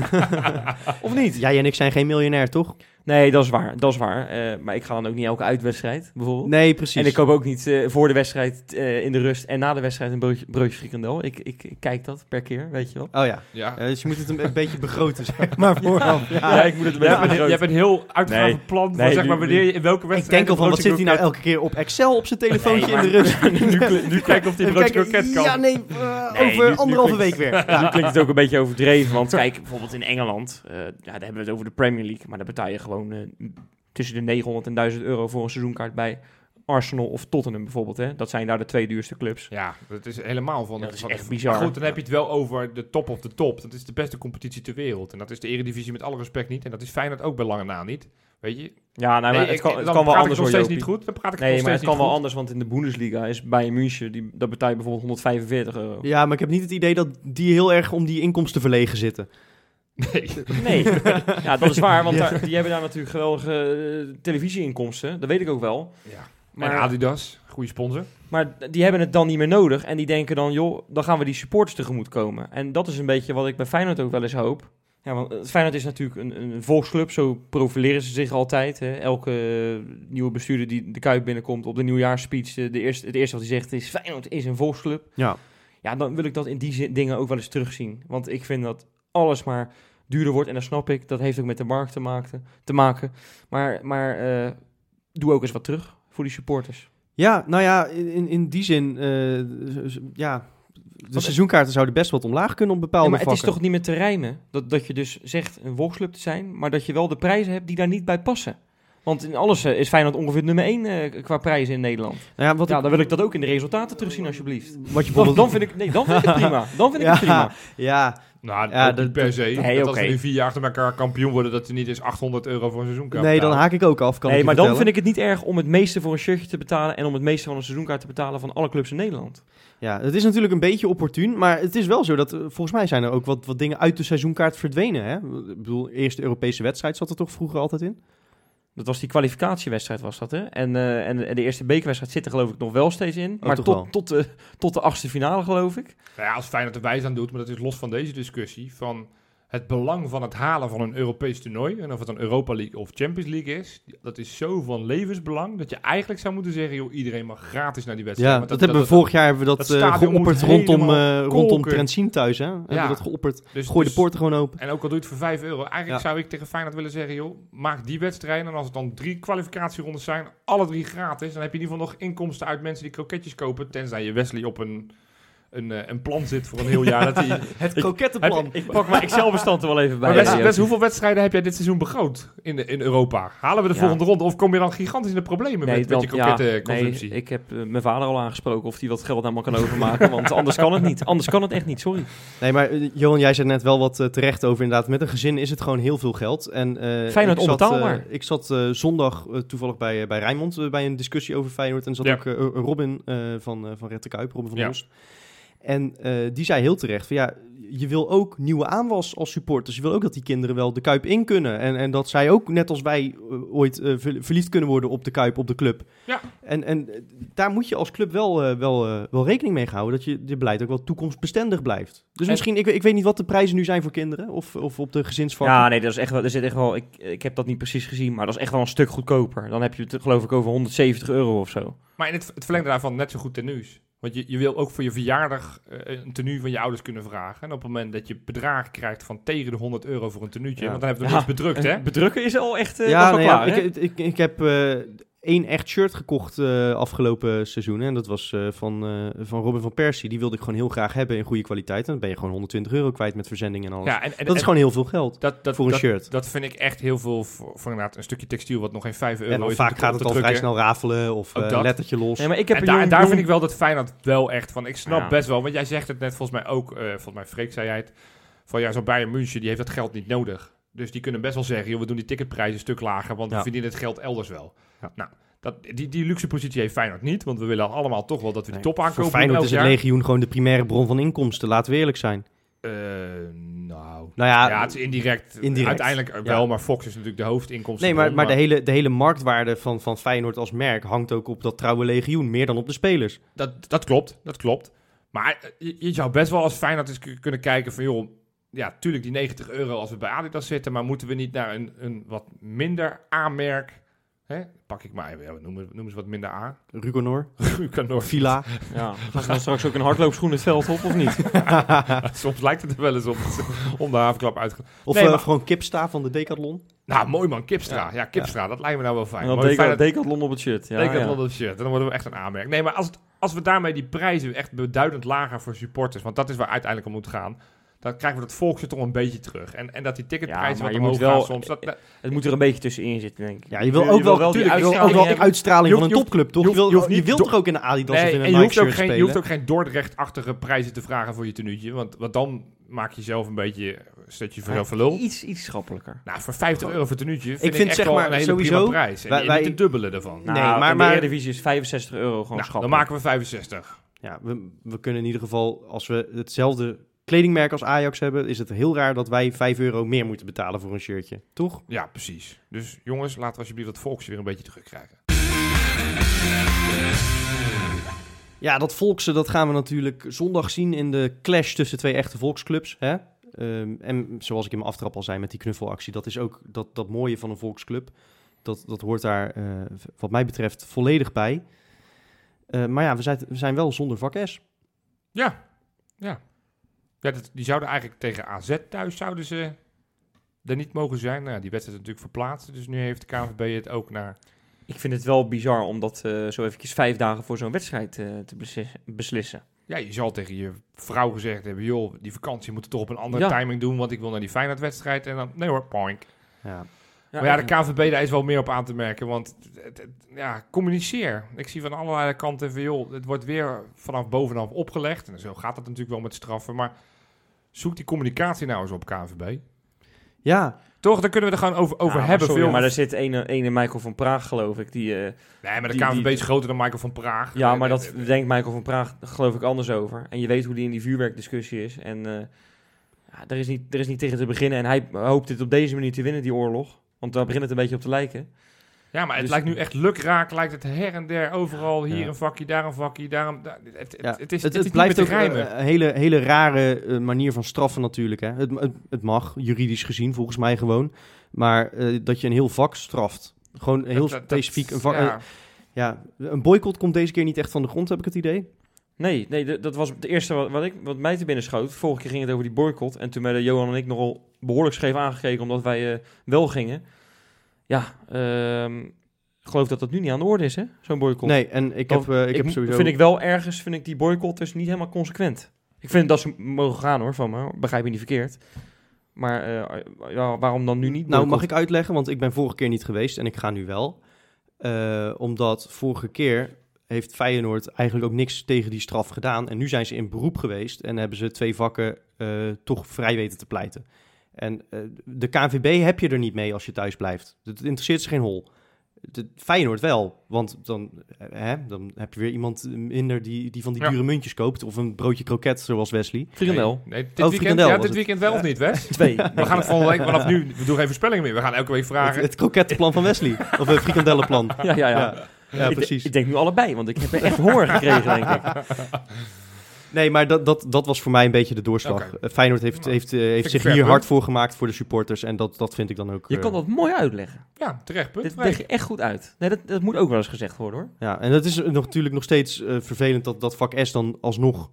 Of niet? Jij en ik zijn geen miljonair, toch? Nee, dat is waar. Maar ik ga dan ook niet elke uitwedstrijd, bijvoorbeeld. Nee, precies. En ik koop ook niet voor de wedstrijd in de rust en na de wedstrijd een broodje frikandel. Ik kijk dat per keer, weet je wel. Oh ja. Ja. Dus je moet het een beetje begroten, zeg maar, vooraf. Ja. ik moet het een Je beetje hebt begroten. een heel uitgaande Nee. plan van Nee, zeg maar nu- wanneer je in welke Ik wedstrijd... denk al van, wat zit hij nou elke keer op Excel op zijn telefoontje in de rust? Nu kijken of hij Even broodje kijken, kroket kan. Ja, nee, Nee, over nu 1,5 week weer. Nu Ja. klinkt het ook een beetje overdreven, want kijk, bijvoorbeeld in Engeland, daar hebben we het over de Premier League, maar daar betaal je gewoon tussen de 900 en €1000 voor een seizoenkaart bij Arsenal of Tottenham bijvoorbeeld. Hè? Dat zijn daar de 2 duurste clubs. Ja, dat is helemaal van... Ja, dat is van- echt bizar. Maar goed, dan heb je het wel over de top of de top. Dat is de beste competitie ter wereld. En dat is de Eredivisie met alle respect niet. En dat is Feyenoord ook bij lange na niet. Weet je? Ja, nou, maar Nee, het kan dan wel praat ik anders nog hoor, steeds Jopie. niet goed. Dan praat ik Nee, nog maar het steeds kan wel niet anders, want in de Bundesliga is Bayern München, daar betaal je bijvoorbeeld €145. Ja, maar ik heb niet het idee dat die heel erg om die inkomsten verlegen zitten. goed. Nee. Nee, ja, dat is waar, want die hebben daar natuurlijk geweldige televisieinkomsten. Dat weet ik ook wel. Ja. Maar- En Adidas, goede sponsor. Maar die hebben het dan niet meer nodig. En die denken dan, joh, dan gaan we die supporters tegemoet komen. En dat is een beetje wat ik bij Feyenoord ook wel eens hoop. Ja, want Feyenoord is natuurlijk een volksclub. Zo profileren ze zich altijd. Hè. Elke nieuwe bestuurder die de Kuip binnenkomt op de nieuwjaarsspeech. Het eerste wat hij zegt is, Feyenoord is een volksclub. Ja. Ja, dan wil ik dat in die dingen ook wel eens terugzien. Want ik vind dat alles maar duurder wordt. En dat snap ik. Dat heeft ook met de markt te maken. Maar doe ook eens wat terug voor die supporters. Ja, nou ja, in die zin, ja, de seizoenkaarten zouden best wat omlaag kunnen op bepaalde Ja, maar het is vakken. toch niet meer te rijmen dat je dus zegt een volksclub te zijn, maar dat je wel de prijzen hebt die daar niet bij passen. Want in alles is Feyenoord ongeveer nummer 1 qua prijzen in Nederland. Nou ja, wat Ja, ik- dan wil ik dat ook in de resultaten terugzien alsjeblieft. wat je Dan vind ik het prima. Dan vind ik het prima. Ja, Nou, Ja, ook niet per se. Nee, Dat als we oké. nu 4 jaar achter elkaar kampioen worden, dat er niet eens €800 voor een seizoen kan nee, dan haak ik ook af, kan Nee, ik je maar dan vertellen. vind ik het niet erg om het meeste voor een shirtje te betalen en om het meeste van een seizoenkaart te betalen van alle clubs in Nederland. Ja, het is natuurlijk een beetje opportun, maar het is wel zo dat volgens mij zijn er ook wat dingen uit de seizoenkaart verdwenen. Hè? Ik bedoel, eerste Europese wedstrijd zat er toch vroeger altijd in? Dat was die kwalificatiewedstrijd, was dat, hè? En de eerste bekerwedstrijd zit er geloof ik nog wel steeds in. Maar tot de achtste finale, geloof ik. Nou ja, als Feyenoord er wijs aan doet, maar dat is los van deze discussie, van het belang van het halen van een Europees toernooi, en of het een Europa League of Champions League is, dat is zo van levensbelang, dat je eigenlijk zou moeten zeggen, joh, iedereen mag gratis naar die wedstrijd. Ja, Want dat hebben we vorig jaar geopperd rondom Trentin thuis, hè? Hebben we dat geopperd. Dus, Gooi de poorten gewoon open. En ook al doe je het voor €5. Eigenlijk zou ik tegen Feyenoord willen zeggen, joh, maak die wedstrijden. En als het dan 3 kwalificatierondes zijn, alle 3 gratis. Dan heb je in ieder geval nog inkomsten uit mensen die kroketjes kopen. Tenzij je Wesley op een plan zit voor een heel jaar. Dat Het krokettenplan. Ik pak mijn Excel-bestand er wel even bij. Maar Wes, hoeveel wedstrijden heb jij dit seizoen begroot in Europa? Halen we de volgende ronde? Of kom je dan gigantisch in de problemen met je krokettenconsumptie? Nee, ik heb mijn vader al aangesproken of hij wat geld aan me kan overmaken. Want anders kan het niet. Anders kan het echt niet, sorry. Nee, maar Johan, jij zei net wel wat terecht over inderdaad. Met een gezin is het gewoon heel veel geld. En Feyenoord onbetaalbaar. Ik zat zondag toevallig bij Rijnmond bij een discussie over Feyenoord. En zat ook Robin van Red de Kuip, Robin van Hulst. En die zei heel terecht van je wil ook nieuwe aanwas als supporters. Je wil ook dat die kinderen wel de Kuip in kunnen. En dat zij ook, net als wij, ooit verliefd kunnen worden op de Kuip, op de club. Ja. En daar moet je als club wel rekening mee houden. Dat je beleid ook wel toekomstbestendig blijft. Dus misschien, ik weet niet wat de prijzen nu zijn voor kinderen. Of op de gezinsvakken. Ja, nee, dat is echt wel, er zit echt wel, ik heb dat niet precies gezien. Maar dat is echt wel een stuk goedkoper. Dan heb je het geloof ik over €170 of zo. Maar in het verlengde daarvan net zo goed tenues. Want je wil ook voor je verjaardag een tenue van je ouders kunnen vragen. En op het moment dat je bedrag krijgt van tegen de €100 voor een tenuutje, want dan heb je nog iets bedrukt, hè? Bedrukken is al echt klaar, ik heb 1 echt shirt gekocht afgelopen seizoen. En dat was van Robin van Persie. Die wilde ik gewoon heel graag hebben in goede kwaliteit. En dan ben je gewoon €120 kwijt met verzending en alles. Ja, en dat is gewoon heel veel geld voor een shirt. Dat vind ik echt heel veel voor inderdaad een stukje textiel wat nog geen €5 is. Vaak gaat het al vrij snel rafelen of lettertje los. Nee, maar ik heb daar vind ik wel dat Feyenoord wel echt van. Ik snap best wel, want jij zegt het net volgens mij ook. Volgens mij Freek zei jij het. Van zo'n Bayern München, die heeft dat geld niet nodig. Dus die kunnen best wel zeggen, joh, we doen die ticketprijzen een stuk lager, want we verdienen het geld elders wel. Ja. Nou, die luxe positie heeft Feyenoord niet, want we willen allemaal toch wel dat we die top aankopen. Voor Feyenoord is het legioen gewoon de primaire bron van inkomsten, laten we eerlijk zijn. Nou ja, het is indirect. Uiteindelijk wel, maar Fox is natuurlijk de hoofdinkomsten. Nee, maar de hele marktwaarde van Feyenoord als merk hangt ook op dat trouwe legioen, meer dan op de spelers. Dat klopt. Maar je zou best wel als Feyenoord eens kunnen kijken van, joh, ja, tuurlijk die €90 als we bij Adidas zitten, maar moeten we niet naar een wat minder A-merk, hè? Pak ik maar even, noem eens wat minder A. Ruconor. Fila. Ja, gaan ze dan straks ook een hardloopschoen het veld op of niet? Soms lijkt het er wel eens op om de havenklap uit. Of gewoon Kipsta van de Decathlon. Nou, mooi man, Kipstra. Ja, Kipstra, dat lijkt me nou wel fijn. En dan Decathlon op het shirt. Ja, Decathlon op het shirt, dan worden we echt een aanmerk. Nee, maar als we daarmee die prijzen echt beduidend lager voor supporters, want dat is waar uiteindelijk om moet gaan, dan krijgen we dat volksje toch een beetje terug. En dat die ticketprijzen wat omhoog gaan soms. Het moet er een beetje tussenin zitten, denk ik. Ja, je wil ook wel die uitstraling van een topclub, toch? Je wilt toch ook in de Adidas of in een Nike-shirt spelen? Je hoeft ook geen Dordrecht-achtige prijzen te vragen voor je tenuutje. Want dan maak je jezelf een beetje zet je voor lul. Iets schappelijker. Nou, voor €50 voor tenuutje vind ik echt zeg maar, een hele prima prijs. En niet het dubbele ervan. Nou, maar de Eredivisie is €65 gewoon schappelijk. Dan maken we 65. Ja, we kunnen in ieder geval, als we hetzelfde kledingmerk als Ajax hebben, is het heel raar dat wij €5 meer moeten betalen voor een shirtje. Toch? Ja, precies. Dus jongens, laten we alsjeblieft dat volksje weer een beetje terugkrijgen. Ja, dat volkse, dat gaan we natuurlijk zondag zien in de clash tussen 2 echte volksclubs. Hè? En zoals ik in mijn aftrap al zei met die knuffelactie, dat is ook dat mooie van een volksclub. Dat hoort daar, wat mij betreft, volledig bij. Maar ja, we zijn wel zonder vak S. Ja. Die zouden eigenlijk tegen AZ thuis zouden ze er niet mogen zijn. Nou, die wedstrijd is natuurlijk verplaatst. Dus nu heeft de KNVB het ook naar. Ik vind het wel bizar om dat zo eventjes 5 dagen voor zo'n wedstrijd te beslissen. Ja, je zal tegen je vrouw gezegd hebben, joh, die vakantie moeten toch op een andere timing doen, want ik wil naar die Feyenoord-wedstrijd. En dan, nee hoor, poink. Ja. Maar ja, de KNVB daar is wel meer op aan te merken, want communiceer. Ik zie van allerlei kanten van, joh, het wordt weer vanaf bovenaf opgelegd. En zo gaat het natuurlijk wel met straffen, maar zoek die communicatie nou eens op, KNVB. Ja. Toch, daar kunnen we er gewoon over hebben. Sorry, maar er zit ene Michael van Praag, geloof ik. Nee, maar de KNVB is groter dan Michael van Praag. Ja, maar dat denkt Michael van Praag, geloof ik, anders over. En je weet hoe die in die vuurwerkdiscussie is. En er is niet tegen te beginnen. En hij hoopt dit op deze manier te winnen, die oorlog. Want daar begint het een beetje op te lijken. Ja, maar het Dus- lijkt nu echt lukraak, lijkt het her en der, overal, hier Ja. een vakje, daar een vakje, het is Het niet blijft meer ook te rijmen. een hele rare manier van straffen natuurlijk. Hè. Het mag, juridisch gezien, volgens mij gewoon. Maar dat je een heel vak straft. Gewoon heel specifiek een vak. Een boycott komt deze keer niet echt van de grond, heb ik het idee. Nee, dat was het eerste wat mij te binnen schoot. Vorige keer ging het over die boycott. En toen werden Johan en ik nogal behoorlijk scheef aangekeken, omdat wij wel gingen. Ja, ik geloof dat nu niet aan de orde is, hè? Zo'n boycott. Nee, en ik heb sowieso... Vind ik wel ergens, vind ik die boycotters niet helemaal consequent. Ik vind dat ze mogen gaan hoor, van me. Begrijp je niet verkeerd. Maar waarom dan nu niet? Nou, mag ik uitleggen, want ik ben vorige keer niet geweest en ik ga nu wel. Omdat vorige keer heeft Feyenoord eigenlijk ook niks tegen die straf gedaan. En nu zijn ze in beroep geweest en hebben ze 2 vakken toch vrij weten te pleiten. En de KNVB heb je er niet mee als je thuis blijft. Het interesseert ze geen hol. Feyenoord wel, want dan heb je weer iemand minder die van die dure muntjes koopt. Of een broodje kroket, zoals Wesley. Frikandel. Nee, frikandel dit weekend wel of niet, Wes? 2. We gaan het volgende week vanaf nu, we doen geen voorspellingen meer. We gaan elke week vragen. Het krokettenplan van Wesley. Of het frikandellenplan. Ja, precies. Ik denk nu allebei, want ik heb echt honger gekregen, denk ik. Nee, maar dat was voor mij een beetje de doorslag. Oké. Feyenoord heeft ik zich fair hier punt. hard voor gemaakt voor de supporters. En dat vind ik dan ook... Je kan dat mooi uitleggen. Ja, terecht punt. Dit leg je echt goed uit. Nee, dat moet ook wel eens gezegd worden, hoor. Ja, en het is natuurlijk nog steeds vervelend dat vak S dan alsnog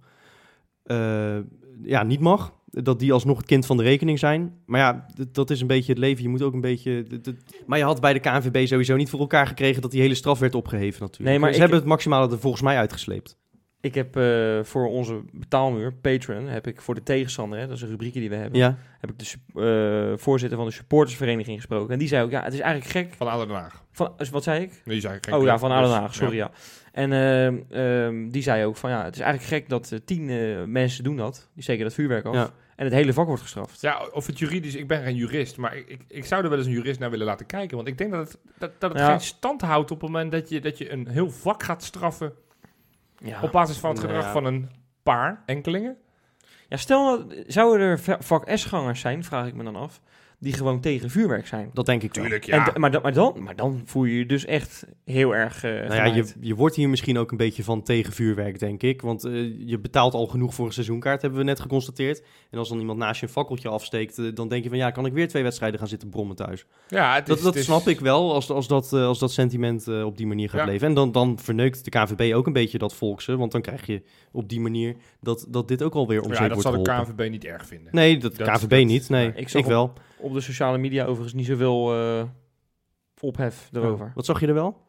niet mag. Dat die alsnog het kind van de rekening zijn. Maar ja, dat is een beetje het leven. Je moet ook een beetje... Maar je had bij de KNVB sowieso niet voor elkaar gekregen dat die hele straf werd opgeheven natuurlijk. Nee, maar Ze hebben het maximale er volgens mij uitgesleept. Ik heb voor onze betaalmuur, Patreon, heb ik voor de tegenstander, hè, dat is een rubriekje die we hebben, Ja. heb ik de voorzitter van de supportersvereniging gesproken. En die zei ook, ja, het is eigenlijk gek. Van ADO Den Haag. Wat zei ik? Nee, die zei geen Oh ja, club, van ADO Den dus, Haag, sorry, ja. En die zei ook van, ja, het is eigenlijk gek dat 10 mensen doen dat. Die steken dat vuurwerk af. Ja. En het hele vak wordt gestraft. Ja, of het juridisch, ik ben geen jurist, maar ik zou er wel eens een jurist naar willen laten kijken. Want ik denk dat het Ja. geen stand houdt op het moment dat je een heel vak gaat straffen Ja. op basis van het Nou gedrag ja. van een paar enkelingen. Ja, stel nou, zouden er vak S-gangers zijn, vraag ik me dan af, die gewoon tegen vuurwerk zijn. Dat denk ik wel. Tuurlijk, ja. Maar dan voel je je dus echt heel erg Nou ja, je wordt hier misschien ook een beetje van tegen vuurwerk, denk ik. Want je betaalt al genoeg voor een seizoenkaart, hebben we net geconstateerd. En als dan iemand naast je een fakkeltje afsteekt, dan denk je van ja, kan ik weer 2 wedstrijden gaan zitten brommen thuis. Ja, Dat snap ik wel, als dat sentiment op die manier gaat Ja. leven. En dan verneukt de KNVB ook een beetje dat volkse. Want dan krijg je op die manier dat dit ook alweer om Ja, zeep dat wordt zal de geholpen. KNVB niet erg vinden. Nee, de Dat- KNVB dat- niet. Nee, ik ik zag wel. op de sociale media overigens niet zoveel ophef erover. Wat zag je er wel?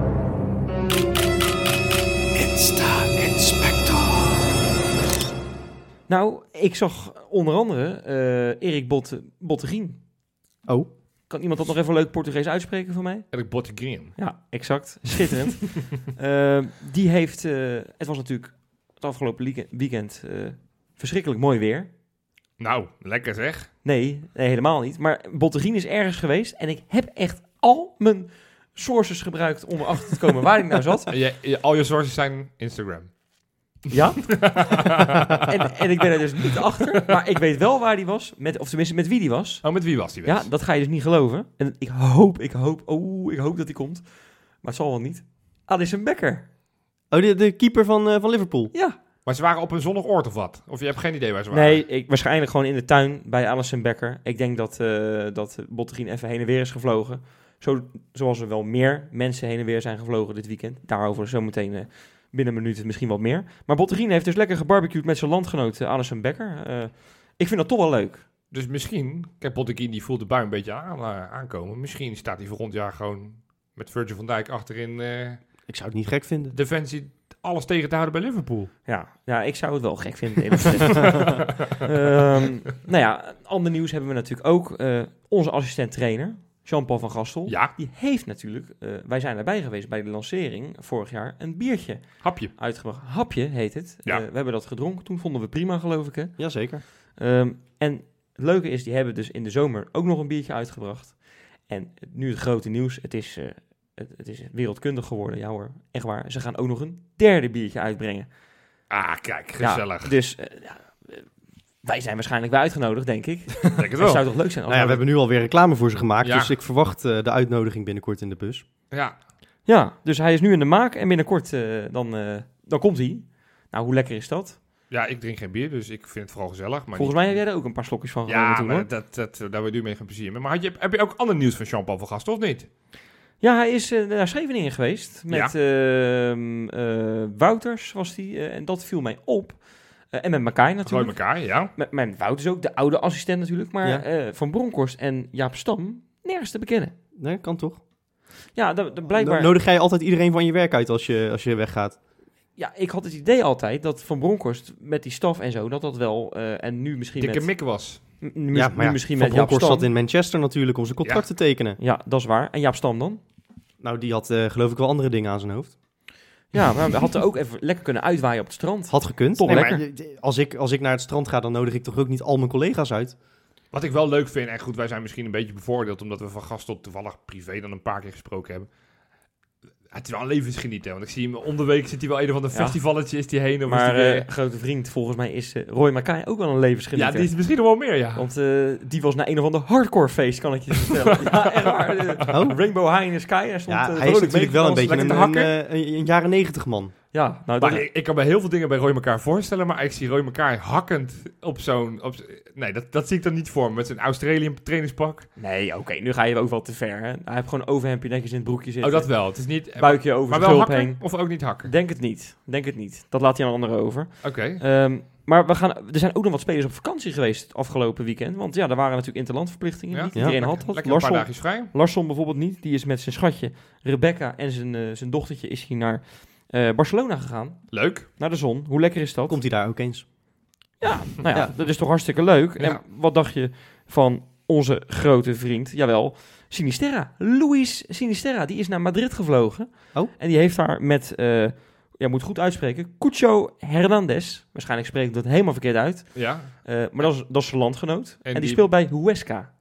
Nou, ik zag onder andere Erik Bottegien. Oh. Kan iemand dat nog even leuk Portugees uitspreken voor mij? Erik Bottegien. Ja, exact. Schitterend. Die heeft... het was natuurlijk het afgelopen weekend verschrikkelijk mooi weer. Nou, lekker zeg. Nee, helemaal niet. Maar Bottegien is ergens geweest en ik heb echt al mijn sources gebruikt om erachter te komen waar ik nou zat. Al je sources zijn Instagram. Ja. en ik ben er dus niet achter, maar ik weet wel waar die was. Of tenminste met wie die was. Oh, met wie was die? Ja, dat ga je dus niet geloven. En ik hoop dat hij komt. Maar het zal wel niet. Alisson Becker. Oh, de keeper van Liverpool. Ja. Maar ze waren op een zonnig oord of wat? Of je hebt geen idee waar ze waren? Nee, waarschijnlijk gewoon in de tuin bij Alisson Becker. Ik denk dat Bottegien even heen en weer is gevlogen. Zoals er wel meer mensen heen en weer zijn gevlogen dit weekend. Daarover zometeen binnen een minuut misschien wat meer. Maar Bottegien heeft dus lekker gebarbecued met zijn landgenoot Alisson Becker. Ik vind dat toch wel leuk. Dus misschien, kijk, Bottegien die voelt de bui een beetje aankomen. Misschien staat hij volgend jaar gewoon met Virgil van Dijk achterin Ik zou het niet gek vinden. defensie alles tegen te houden bij Liverpool. Ja, ik zou het wel gek vinden. Nou ja, ander nieuws hebben we natuurlijk ook. Onze assistent-trainer, Jean-Paul van Gastel. Ja, Die heeft natuurlijk, wij zijn erbij geweest bij de lancering vorig jaar, een biertje hapje. uitgebracht. Hapje heet het. Ja. We hebben dat gedronken. Toen vonden we prima, geloof ik. Hè? Jazeker. En het leuke is, die hebben dus in de zomer ook nog een biertje uitgebracht. En nu het grote nieuws, het is wereldkundig geworden. Ja hoor, echt waar. Ze gaan ook nog een derde biertje uitbrengen. Ah, kijk, gezellig. Ja, dus wij zijn waarschijnlijk wel uitgenodigd, denk ik. Denk het Het wel. zou toch leuk zijn als Nou ja, we hebben nu alweer reclame voor ze gemaakt. Ja. Dus ik verwacht de uitnodiging binnenkort in de bus. Ja, dus hij is nu in de maak en binnenkort dan komt hij. Nou, hoe lekker is dat? Ja, ik drink geen bier, dus ik vind het vooral gezellig. Maar Volgens mij heb jij er ook een paar slokjes van genomen Ja, toen, maar hoor. daar word je mee geen plezier mee. Maar heb je ook ander nieuws van Jean-Paul van Gastel, of niet? Ja, hij is naar Scheveningen geweest. Met Wouters was hij. En dat viel mij op. En met Makai Gooi natuurlijk. elkaar, ja. Met Wouters ook, de oude assistent natuurlijk. Maar Van Bronckhorst en Jaap Stam, nergens te bekennen. Nee, kan toch? Ja, blijkbaar... Nodig jij altijd iedereen van je werk uit als je weggaat? Ja, ik had het idee altijd dat Van Bronckhorst met die staf en zo, dat wel... en nu misschien Dikke met... mik was. Nu misschien Van met Jaap Bronckhorst Stam. zat in Manchester natuurlijk om zijn contract te tekenen. Ja, dat is waar. En Jaap Stam dan? Nou, die had geloof ik wel andere dingen aan zijn hoofd. Ja, maar hij had er ook even lekker kunnen uitwaaien op het strand. Had gekund. Toch Maar als ik naar het strand ga, dan nodig ik toch ook niet al mijn collega's uit? Wat ik wel leuk vind, en goed, wij zijn misschien een beetje bevoordeeld, omdat we van Gastel toevallig privé dan een paar keer gesproken hebben. Het is wel een levensgenieter, want ik zie hem om de week zit hij wel een van de festivalletje is hij heen. Of Maar is hij grote vriend, volgens mij is Roy Makai ook wel een levensgenieter. ja, die is misschien nog wel meer, ja. Want die was naar een of ander hardcore feest, kan ik je vertellen. Ja, echt waar. Rainbow High in the Sky. Hij stond, Ja, hij is natuurlijk wel een beetje lekker te hakken. een jaren 90 man. Ja, nou, Maar ik kan me heel veel dingen bij Roy elkaar voorstellen, maar ik zie Roy elkaar hakkend op zo'n... Nee, dat zie ik dan niet voor me, met zijn Australië trainingspak. Nee, oké, nu ga je ook wel te ver. Hè? Hij heeft gewoon een overhempje netjes in het broekje zitten. Oh, dat wel. Het is niet... Buikje over maar zijn wel gulp hakken heen. of ook niet hakken? Denk het niet. Dat laat hij aan anderen over. Oké. Maar er zijn ook nog wat spelers op vakantie geweest het afgelopen weekend. Want ja, er waren natuurlijk interlandverplichtingen. Ja. Niet iedereen had dat. Lekker een paar dagjes vrij. Larsson bijvoorbeeld niet. Die is met zijn schatje Rebecca en zijn dochtertje is hij naar Barcelona gegaan. Leuk. Naar de zon. Hoe lekker is dat? Komt hij daar ook eens? Ja, nou ja, dat is toch hartstikke leuk. Ja. En wat dacht je van onze grote vriend, jawel, Sinisterra. Luis Sinisterra, die is naar Madrid gevlogen. Oh. En die heeft daar met, moet het goed uitspreken, Cucho Hernandez. Waarschijnlijk spreek ik dat helemaal verkeerd uit. Ja. Maar dat is zijn landgenoot. En die die speelt bij Huesca.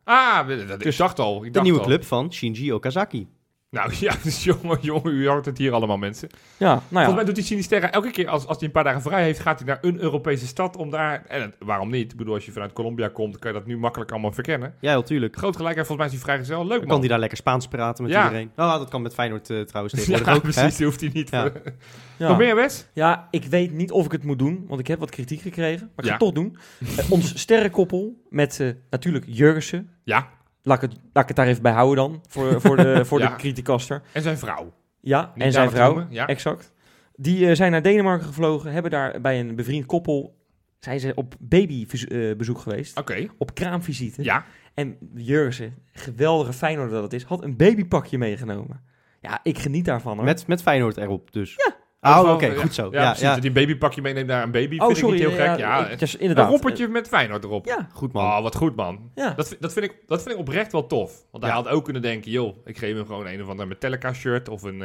Ik dacht al. De nieuwe club van Shinji Okazaki. Nou ja, dus jongen, u hoort het hier allemaal, mensen. Ja, nou Volgens ja. mij doet die Sinisterra elke keer als hij een paar dagen vrij heeft, gaat hij naar een Europese stad om daar... En waarom niet? Ik bedoel, als je vanuit Colombia komt, kan je dat nu makkelijk allemaal verkennen. Ja, natuurlijk. Groot gelijk, en volgens mij is hij vrijgezel. Leuk, Dan man. kan hij daar lekker Spaans praten met Ja. iedereen. Oh, dat kan met Feyenoord trouwens tegenwoordig Ja, ook. precies. Hè? Die hoeft hij niet. Ja. Voor... Ja. Nog meer, Wes? Ja, ik weet niet of ik het moet doen, want ik heb wat kritiek gekregen. Maar ik ga Ja. het toch doen. Ons sterrenkoppel met natuurlijk Jurgensen. Ja. Laat ik het daar even bij houden dan, voor Ja. de criticaster. En zijn vrouw. Ja, Niet en zijn daar vrouw, noemen, ja. exact. Die zijn naar Denemarken gevlogen, hebben daar bij een bevriend koppel, zijn ze op babybezoek geweest, Oké. op kraamvisite. Ja. En Jurgensen, geweldige Feyenoord dat het is, had een babypakje meegenomen. Ja, ik geniet daarvan hoor. Met Feyenoord erop dus. Ja. Oh, Of oké, wel, goed zo. Ja, precies. Dat hij een babypakje meeneemt naar een baby, vind ik niet heel gek. Ja, dus een inderdaad. rompertje met Feyenoord erop. Ja, Goed man. Oh, wat goed, man. ja. Dat vind ik oprecht wel tof. Want hij Ja. had ook kunnen denken, joh, ik geef hem gewoon een of ander Metallica-shirt of een...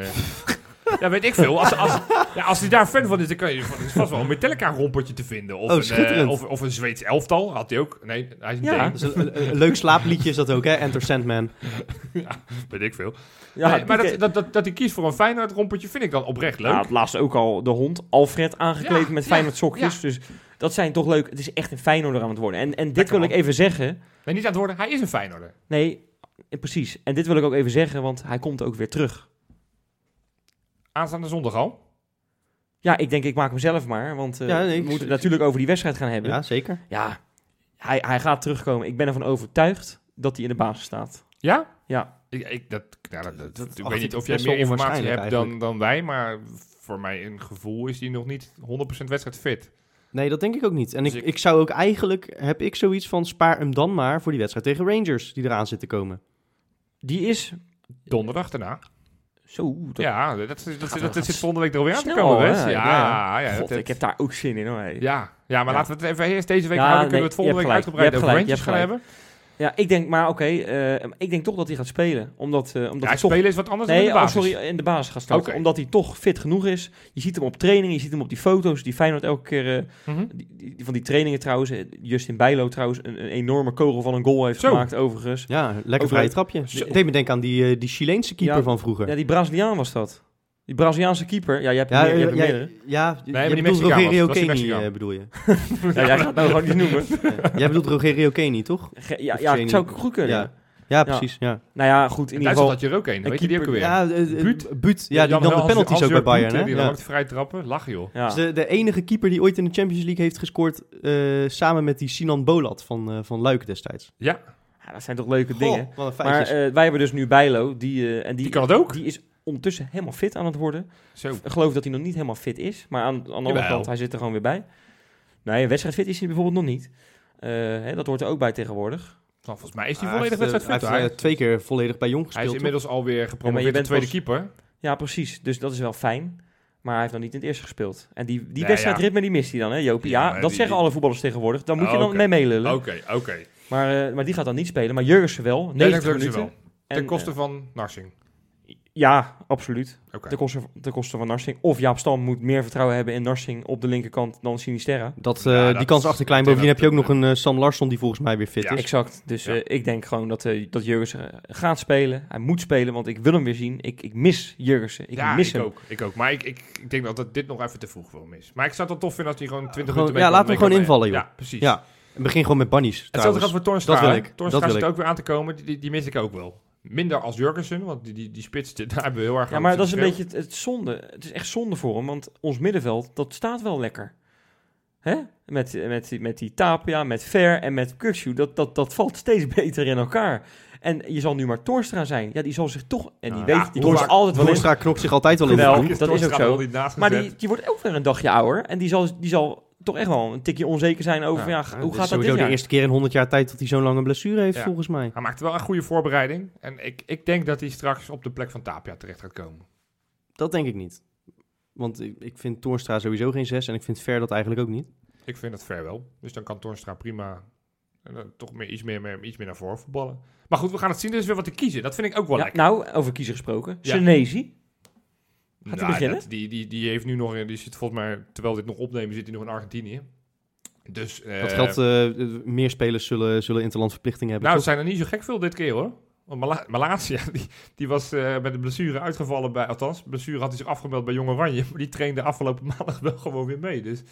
ja, weet ik veel. Als hij daar fan van is, dan kan je is vast wel een Metallica-rompertje te vinden. Of, schitterend. of een Zweeds elftal, had hij ook. Nee, hij is niet Ja. Deen. Dat is een leuk slaapliedje is dat ook, hè? Enter Sandman. Weet ik veel. Ja, Nee, maar dat hij kiest voor een Feyenoord-rompertje vind ik dan oprecht leuk. Ja, het laatst ook al de hond, Alfred, aangekleed Ja, met ja, Feyenoord sokjes. ja. Dus dat zijn toch leuk. Het is echt een Feyenoorder aan het worden. En dit Lekker, wil ik man. even zeggen. Nee, niet aan het worden, hij is een Feyenoorder. Nee, precies. En dit wil ik ook even zeggen, want hij komt ook weer terug. Aanstaande zondag al. Ja, ik denk ik maak hem zelf maar. Want Ja, nee, we moeten het natuurlijk over die wedstrijd gaan hebben. Ja, zeker. Ja, hij gaat terugkomen. Ik ben ervan overtuigd dat hij in de basis staat. Ja? Ja. Ik acht weet ik niet of jij best meer wel informatie hebt onwaarschijnlijk dan wij, maar voor mij een gevoel is hij nog niet 100% wedstrijd fit. Nee, dat denk ik ook niet. En Dus ik zou ook eigenlijk, heb ik zoiets van, spaar hem dan maar voor die wedstrijd tegen Rangers, die eraan zit te komen. Die is Donderdag daarna. zo... Ja, dat zit volgende week er alweer aan te Snel komen, al, Wes. hè? Ja. God, ik heb daar ook zin in hoor. Hey. Ja, maar Ja. laten we het even eerst deze week Ja, houden. Kunnen we het nee, volgende je week hebt gelijk. uitgebreid Je over hebt Rangers gaan gelijk. hebben? Ja, ik denk, maar oké, ik denk toch dat hij gaat spelen. Omdat Ja, hij toch... spelen is wat anders dan in Nee, de basis. in de basis gaat starten. Oké. Omdat hij toch fit genoeg is. Je ziet hem op training, je ziet hem op die foto's die Feyenoord elke keer... Mhm. Die van die trainingen trouwens. Justin Bijlo trouwens een enorme kogel van een goal heeft Zo. gemaakt overigens. Ja, lekker Ook vrije leuk. trapje. Zo. Deed me denken aan die Chileense keeper Ja. van vroeger. Ja, die Braziliaan was dat. Die Braziliaanse keeper. Ja, jij hebt, Ja, je hebt meerdere. maar je die bedoelt Mexicaan Rogerio was die Keni, Mexicaan. bedoel je. Ja, jij gaat nou gewoon niet noemen. Jij bedoelt Rogerio Keni, toch? Ja, Of ja, Cheney. het zou goed kunnen. Ja. Ja, precies. Ja. Nou ja, goed, in In ieder Duitsland geval... had je er ook een, een weet je die ook alweer? Ja, Buut. Ja, die Jan nam de Hans- penalties ook bij Hans-Jörg Bayern. Buut, Hè? die Ja. nam ook de vrije trappen. Lachen, joh. Ja. Dus de enige keeper die ooit in de Champions League heeft gescoord, samen met die Sinan Bolat van Luik destijds. Ja, Ja, dat zijn toch leuke dingen. Wat een Maar feitjes. wij hebben dus nu Bijlo. die kan het ook. Die is ondertussen helemaal fit aan het worden. Zo. Ik geloof dat hij nog niet helemaal fit is. Maar aan de andere Jawel. kant, hij zit er gewoon weer bij. Nee, wedstrijdfit is hij bijvoorbeeld nog niet. Dat hoort er ook bij tegenwoordig. Nou, volgens mij is hij Hij volledig heeft, wedstrijd hij fit. heeft 2 keer volledig bij Jong Hij gespeeld. is inmiddels alweer Ja, maar gepromoveerd je tot bent tweede keeper. Ja, precies. Dus dat is wel fijn. Maar hij heeft nog niet in het eerste gespeeld. En die Nee, wedstrijdritme die mist hij dan, hè, Jopie? Ja, Ja, maar dat die- zeggen alle voetballers tegenwoordig. Daar moet je dan Oké. mee meelullen. Oké. Maar die gaat dan niet spelen. Maar Jurgensen wel. 90 Nee, dat lukt ze minuten. wel. En, Ten koste van Narsing. Ja, absoluut. Oké. Ten koste van Narsing. Of Jaap Stam moet meer vertrouwen hebben in Narsing op de linkerkant dan Sinisterra. Ja, Die dat kans is- achter klein. Bovendien heb je ook nog een Sam Larsson die volgens mij weer fit Ja. is. Exact. Dus Ja. ik denk gewoon dat Jurgensen gaat spelen. Hij moet spelen, want ik wil hem weer zien. Ik mis Jurgensen. Ik mis hem. Ik ook. Maar ik denk dat dit nog even te vroeg voor hem is. Maar ik zou het wel tof vinden als hij gewoon 20 Gewoon- minuten ja, laten we gewoon invallen, joh. Ja, precies. Ja, en begin gewoon met Bunnies. Hetzelfde trouwens. gaat voor Toornstra. Dat wil hè? ik. Toornstra Dat wil zit ik. ook weer aan te komen. Die mis ik ook wel. Minder als Jurgensen, want die spits, daar hebben we heel erg Ja, aan maar dat is een verschil. beetje het zonde. Het is echt zonde voor hem, want ons middenveld, dat staat wel lekker. Hè? Met die Tapia, met Ver en met Kukçu, dat valt steeds beter in elkaar. En je zal nu maar Toornstra zijn. Ja, die zal zich toch... En die Nou, weet, ja, die hoe komt vaak- er altijd wel in. Toornstra knokt zich altijd wel in de Wel, groep. dat is ook Toornstra zo. wel niet naast Maar gezet. die wordt ook weer een dagje ouder. En die zal toch echt wel een tikje onzeker zijn over... Ja. Ja, hoe Het is gaat dat sowieso dit de jaar? eerste keer in 100 jaar tijd dat hij zo'n lange blessure heeft, Ja. volgens mij. Hij maakt wel een goede voorbereiding. En ik denk dat hij straks op de plek van Tapia terecht gaat komen. Dat denk ik niet. Want ik vind Toornstra sowieso geen 6 en ik vind Ver dat eigenlijk ook niet. Ik vind het ver wel. Dus dan kan Toornstra prima toch iets meer naar voren voetballen. Maar goed, we gaan het zien. Er is weer wat te kiezen. Dat vind ik ook wel Ja, lekker. nou, over kiezen gesproken. Ja. Senesi. Gaat hij beginnen? Die heeft nu nog... Die zit volgens mij, terwijl we dit nog opnemen, zit hij nog in Argentinië. Dus... Dat geldt, meer spelers zullen interlandverplichtingen hebben. Nou, het toch? zijn er niet zo gek veel dit keer, hoor. Want Malacia, die was met de blessure uitgevallen bij... Althans, blessure had hij zich afgemeld bij Jong Oranje. Maar die trainde afgelopen maandag wel gewoon weer mee. Dus...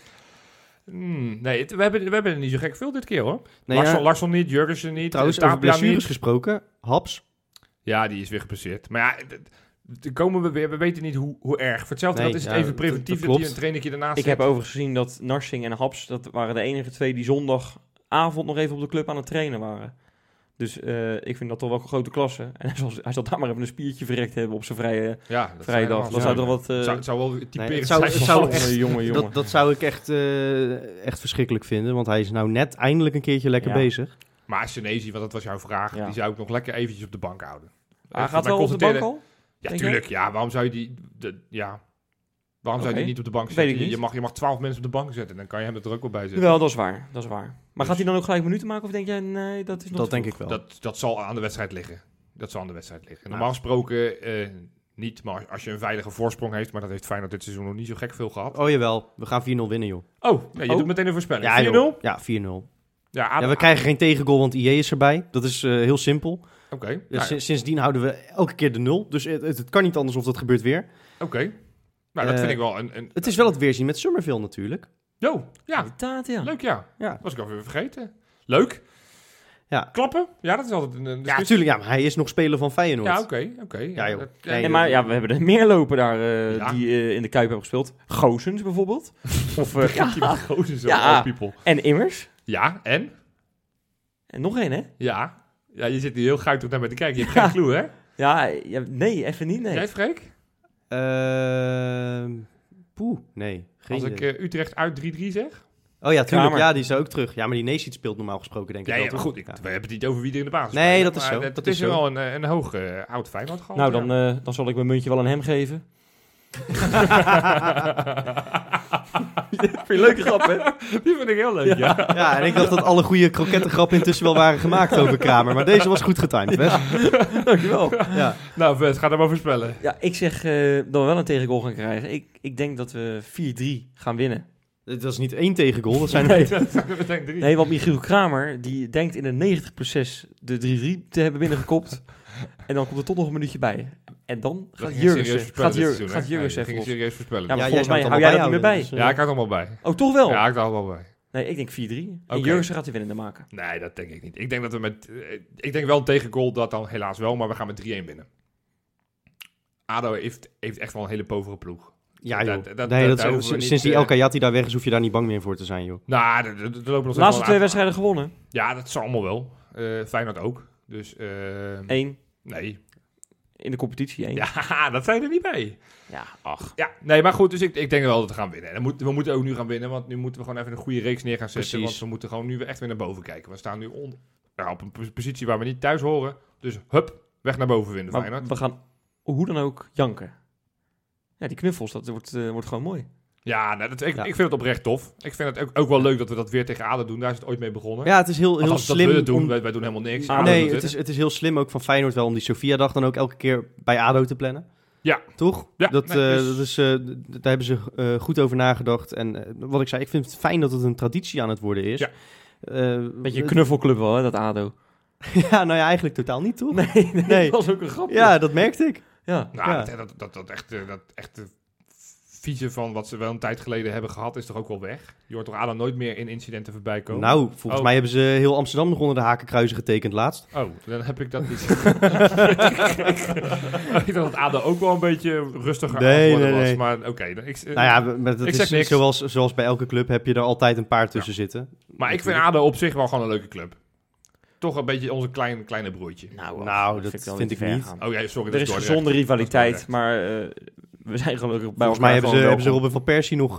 nee, we hebben er niet zo gek veel dit keer, hoor. Nee, ja, Larsson niet, Jurgensen niet. trouwens, over Tapia blessures niet. gesproken. Haps. Ja, die is weer geblesseerd. Maar ja, dan komen we weer. We weten niet hoe erg. Voor hetzelfde Nee, geld is het ja, even preventief dat dat klopt. hij een trainertje daarnaast Ik zet. heb overigens gezien dat Narsing en Haps, dat waren de enige twee die zondagavond nog even op de club aan het trainen waren. Dus ik vind dat toch wel een grote klasse. En hij zal daar maar even een spiertje verrekt hebben op zijn vrije dat dag. zijn Dat zou toch wat... het zou wel typerend het zou- zijn. het zou van- echt- jongen. Dat zou ik echt verschrikkelijk vinden. Want hij is nou net eindelijk een keertje lekker Ja. bezig. Maar Senesi, want dat was jouw vraag, Ja. die zou ik nog lekker eventjes op de bank houden. Hij Voor gaat mij wel op de bank constateren- al? Ja, denk tuurlijk. Ja, waarom zou je Waarom zou je Oké. die niet op de bank Weet zetten? ik niet. Je mag 12 mensen op de bank zetten. Dan kan je hem er ook wel bij zetten. Jawel, dat is waar. Maar gaat hij dan ook gelijk minuten maken? Of denk jij, nee, dat is nog Dat te denk vroeg? ik wel. Dat zal aan de wedstrijd liggen. Normaal gesproken niet. Maar als je een veilige voorsprong heeft. Maar dat heeft Feyenoord dit seizoen nog niet zo gek veel gehad. Oh jawel, we gaan 4-0 winnen, joh. Oh, nee, je Oh. doet meteen een voorspelling. Ja, 4-0? joh. Ja, 4-0. Ja, Ja, we krijgen geen tegengoal, want IE is erbij. Dat is heel simpel. Oké. Dus Nou ja, sindsdien houden we elke keer de 0. Dus het kan niet anders of dat gebeurt weer. Oké. Nou, dat vind ik wel een... Het is wel het weerzien met Summerville natuurlijk. Jo, ja. Inderdaad, ja. Leuk, ja. Ja. Was ik alweer vergeten. Leuk. Ja. Klappen? Ja, dat is altijd een Ja, discussie. natuurlijk. Ja, maar hij is nog speler van Feyenoord. Ja, oké. Ja, joh. dat- Nee, Nee, maar ja, we hebben er meer lopen daar Ja. die in de Kuip hebben gespeeld. Goossens bijvoorbeeld. Of, Begint hij met gozer zo, Ja. old people. en Immers. Ja, en? En nog één, hè? Ja. Ja, je zit hier heel guitig naar me te kijken. Je hebt geen clue, hè? Ja, nee, even niet, nee. Jij, Freek? Nee, geen Als idee. ik Utrecht uit 3-3 zeg? Oh ja, tuurlijk. Kramer. Ja, die is ook terug. Ja, maar die Neesiet speelt normaal gesproken, denk ik Ja, wel. ja, maar toch? goed. Ja. We hebben het niet over wie er in de basis Nee, speelt, dat is maar zo. Het Dat is is zo. wel een hoog oud Feyenoord gehad. Nou, dan zal ik mijn muntje wel aan hem geven. Vind je een leuke grap, hè? Die vind ik heel leuk, ja. Ja, en ik dacht dat alle goede krokettengrappen intussen wel waren gemaakt over Kramer. Maar deze was goed getimed, Wes. Dankjewel. Ja. Nou, Ves, ga er maar voorspellen. Ja, ik zeg dat we wel een tegengoal gaan krijgen. Ik denk dat we 4-3 gaan winnen. Dat is niet 1 tegengoal, dat zijn Nee. Dat zijn er meteen 3. Nee, want Michiel Kramer, die denkt in de 90 proces de 3-3 te hebben binnengekopt. En dan komt er toch nog een minuutje bij. En dan gaat Jurgensen Gaat Jurgensen ging los. serieus voorspellen. Ja, maar Ja, volgens jij mij zou hou het jij dat allemaal niet meer bij. bijhouden, dus, Ja, ik had het allemaal bij. Oh, toch wel? Ja, ik had het allemaal bij. Nee, ik denk 4-3. En Oké. Jurgensen gaat de winnende maken. Nee, dat denk ik niet. Ik denk dat we met... ik denk wel een tegengoal, dat dan helaas wel, maar we gaan met 3-1 winnen. ADO heeft echt wel een hele povere ploeg. Ja, Dat- joh. dat- Nee, dat dat is- hoeven we niet, sinds die El Kayati daar weg is, hoef je daar niet bang meer voor te zijn, joh. Nou, er lopen nog De steeds laatste wel 2 wedstrijden gewonnen. Ja, dat zal allemaal wel. Feyenoord ook. Dus, 1 nee. in de competitie, 1. Ja, dat zijn er niet bij. Ja, ach. Ja, nee, maar goed, dus ik denk wel dat we gaan winnen. En we moeten ook nu gaan winnen, want nu moeten we gewoon even een goede reeks neer gaan zetten. Precies. Want we moeten gewoon nu echt weer naar boven kijken. We staan nu op een positie waar we niet thuis horen. Dus hup, weg naar boven winnen, Maar Feyenoord. we gaan hoe dan ook janken. Ja, die knuffels, dat wordt gewoon mooi. Ja, nou, ik Ja. vind het oprecht tof. Ik vind het ook wel leuk dat we dat weer tegen ADO doen. Daar is het ooit mee begonnen. Ja, het is heel Althans, dat slim. we het doen. om- Wij doen helemaal niks. Ah, ADO nee, doet het is heel slim ook van Feyenoord wel om die Sofia-dag dan ook elke keer bij ADO te plannen. Ja. Toch? Ja, Dat, nee, dus- daar hebben ze goed over nagedacht. En wat ik zei, ik vind het fijn dat het een traditie aan het worden is. Ja. Beetje een knuffelclub wel, hè, dat ADO. Ja, nou ja, eigenlijk totaal niet, toch? Nee, dat was ook een grapje. Ja, dat merkte ik. Ja. Nou, Ja. dat echt vieze van wat ze wel een tijd geleden hebben gehad, is toch ook wel weg. Je hoort toch ADO nooit meer in incidenten voorbij komen? Nou, volgens Oh. mij hebben ze heel Amsterdam nog onder de hakenkruizen getekend laatst. Oh, dan heb ik dat niet. Ik dacht dat ADO ook wel een beetje rustiger aan het worden was. Nee. Maar oké. Nou ja, maar dat ik zeg is niks. zoals bij elke club heb je er altijd een paar tussen zitten. Maar ik vind ADO op zich wel gewoon een leuke club. Toch een beetje onze kleine broertje. Nou, dat wel vind ik te ver niet. gaan. Oh ja, sorry. Er dat is Dordrecht. gezonde rivaliteit, Dat is maar we zijn gelukkig bij Volgens mij elkaar hebben ze gewoon Robin van Persie nog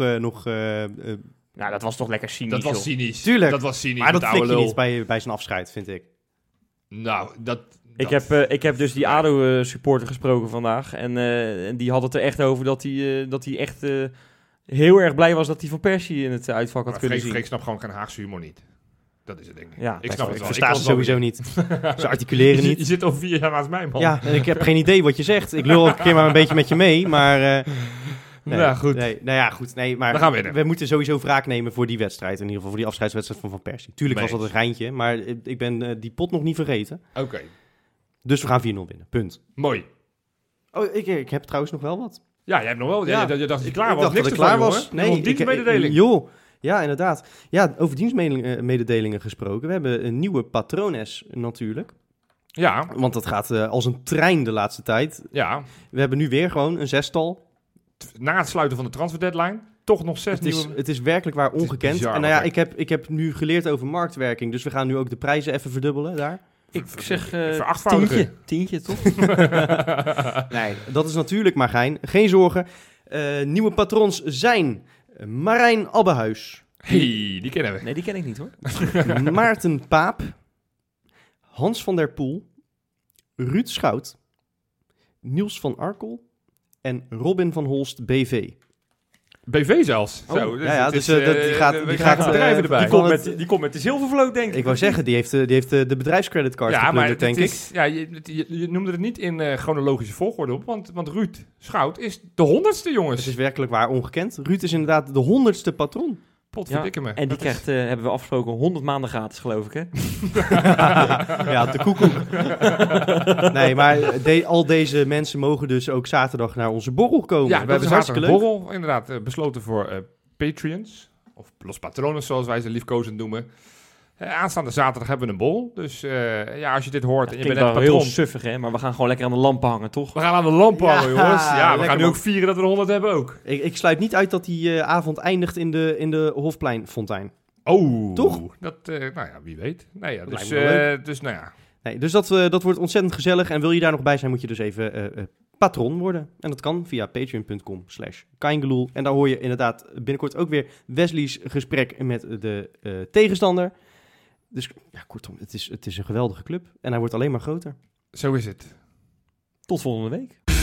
Nou, dat was toch lekker cynisch, Dat was joh. cynisch. Tuurlijk. Dat was cynisch. maar dat met flik oude je lul. niet bij zijn afscheid, vind ik. Nou, Ik heb dus die ADO-supporter gesproken vandaag. En die had het er echt over dat hij echt heel erg blij was dat hij Van Persie in het uitvak had Maar kunnen Freek zien. snapt gewoon geen Haagse humor niet. Dat is het ding. Ja, Ik snap het Ik wel. versta Ik ze was wel sowieso niet. Ze articuleren Je niet. zit al 4 jaar naast mij, man. Ja, en ik heb geen idee wat je zegt. Ik lul elke keer maar een beetje met je mee, maar... nee, Ja, goed. Nee, nou ja, goed. Nee, maar We gaan winnen. we moeten sowieso wraak nemen voor die wedstrijd. In ieder geval voor die afscheidswedstrijd van Van Persie. Tuurlijk was Mee dat een geintje, maar ik ben die pot nog niet vergeten. Oké, Dus we gaan 4-0 winnen. Punt. mooi. Oh, ik heb trouwens nog wel wat. Ja, jij hebt nog wel... Ja. Je dacht dat je klaar Ik was. dacht Niks dat ik ervan, klaar was. jongen. Nee, Nog een dienstmededeling. Joh, ja, inderdaad. Ja, over dienstmededelingen gesproken. We hebben een nieuwe patrones natuurlijk. Ja, Want dat gaat als een trein de laatste tijd. ja. We hebben nu weer gewoon een zestal. Na het sluiten van de transfer deadline, toch nog 6 nieuwe... Het is werkelijk waar is ongekend. bizar, En nou ja, wat ik heb nu geleerd over marktwerking. Dus we gaan nu ook de prijzen even verdubbelen daar. Ik zeg verachtvoudigen. tientje, toch? Nee, dat is natuurlijk Margijn. Geen zorgen. Nieuwe patrons zijn Marijn Abbehuis, Hey, die kennen we. Nee, die ken ik niet, hoor. Maarten Paap, Hans van der Poel, Ruud Schout, Niels van Arkel en Robin van Holst BV. BV zelfs. Oh, Zo, ja, het dus, is, die gaat- we krijgen bedrijven erbij. Die komt met de zilvervloot, denk ik. Ik wou zeggen, die heeft de bedrijfscreditcard Ja, maar geplunderd, denk het ik. is, ja, je noemde het niet in chronologische volgorde op, want Ruud Schout is de 100ste, jongens. Het is werkelijk waar ongekend. Ruud is inderdaad de 100ste patron. Potverdikke me. En die Dat is- krijgt, hebben we afgesproken, 100 maanden gratis, geloof ik, hè? Ja, de koekoek. Nee, maar al deze mensen mogen dus ook zaterdag naar onze borrel komen. Ja, dat we hebben is hartstikke leuk. borrel inderdaad besloten voor Patreons. Of Los Patrones, zoals wij ze liefkozend noemen. Aanstaande zaterdag hebben we een borrel. Dus ja, als je dit hoort en je bent Klinkt net wel heel patron... suffig, hè? Maar we gaan gewoon lekker aan de lampen hangen, toch? We gaan aan de lamp hangen, Ja, jongens. Ja, we lekker, gaan nu man. ook vieren dat we de 100 hebben ook. Ik sluit niet uit dat die avond eindigt in de Hofpleinfontein. Oh. Toch? Dat, nou ja, wie weet. Nou ja, Dat dus, lijkt me wel leuk. dus nou ja. Nee, dus dat wordt ontzettend gezellig. En wil je daar nog bij zijn, moet je dus even patron worden. En dat kan via patreon.com/kaingeloel. En daar hoor je inderdaad binnenkort ook weer Wesley's gesprek met de tegenstander. Dus ja, kortom, het is een geweldige club. En hij wordt alleen maar groter. Zo is het. Tot volgende week.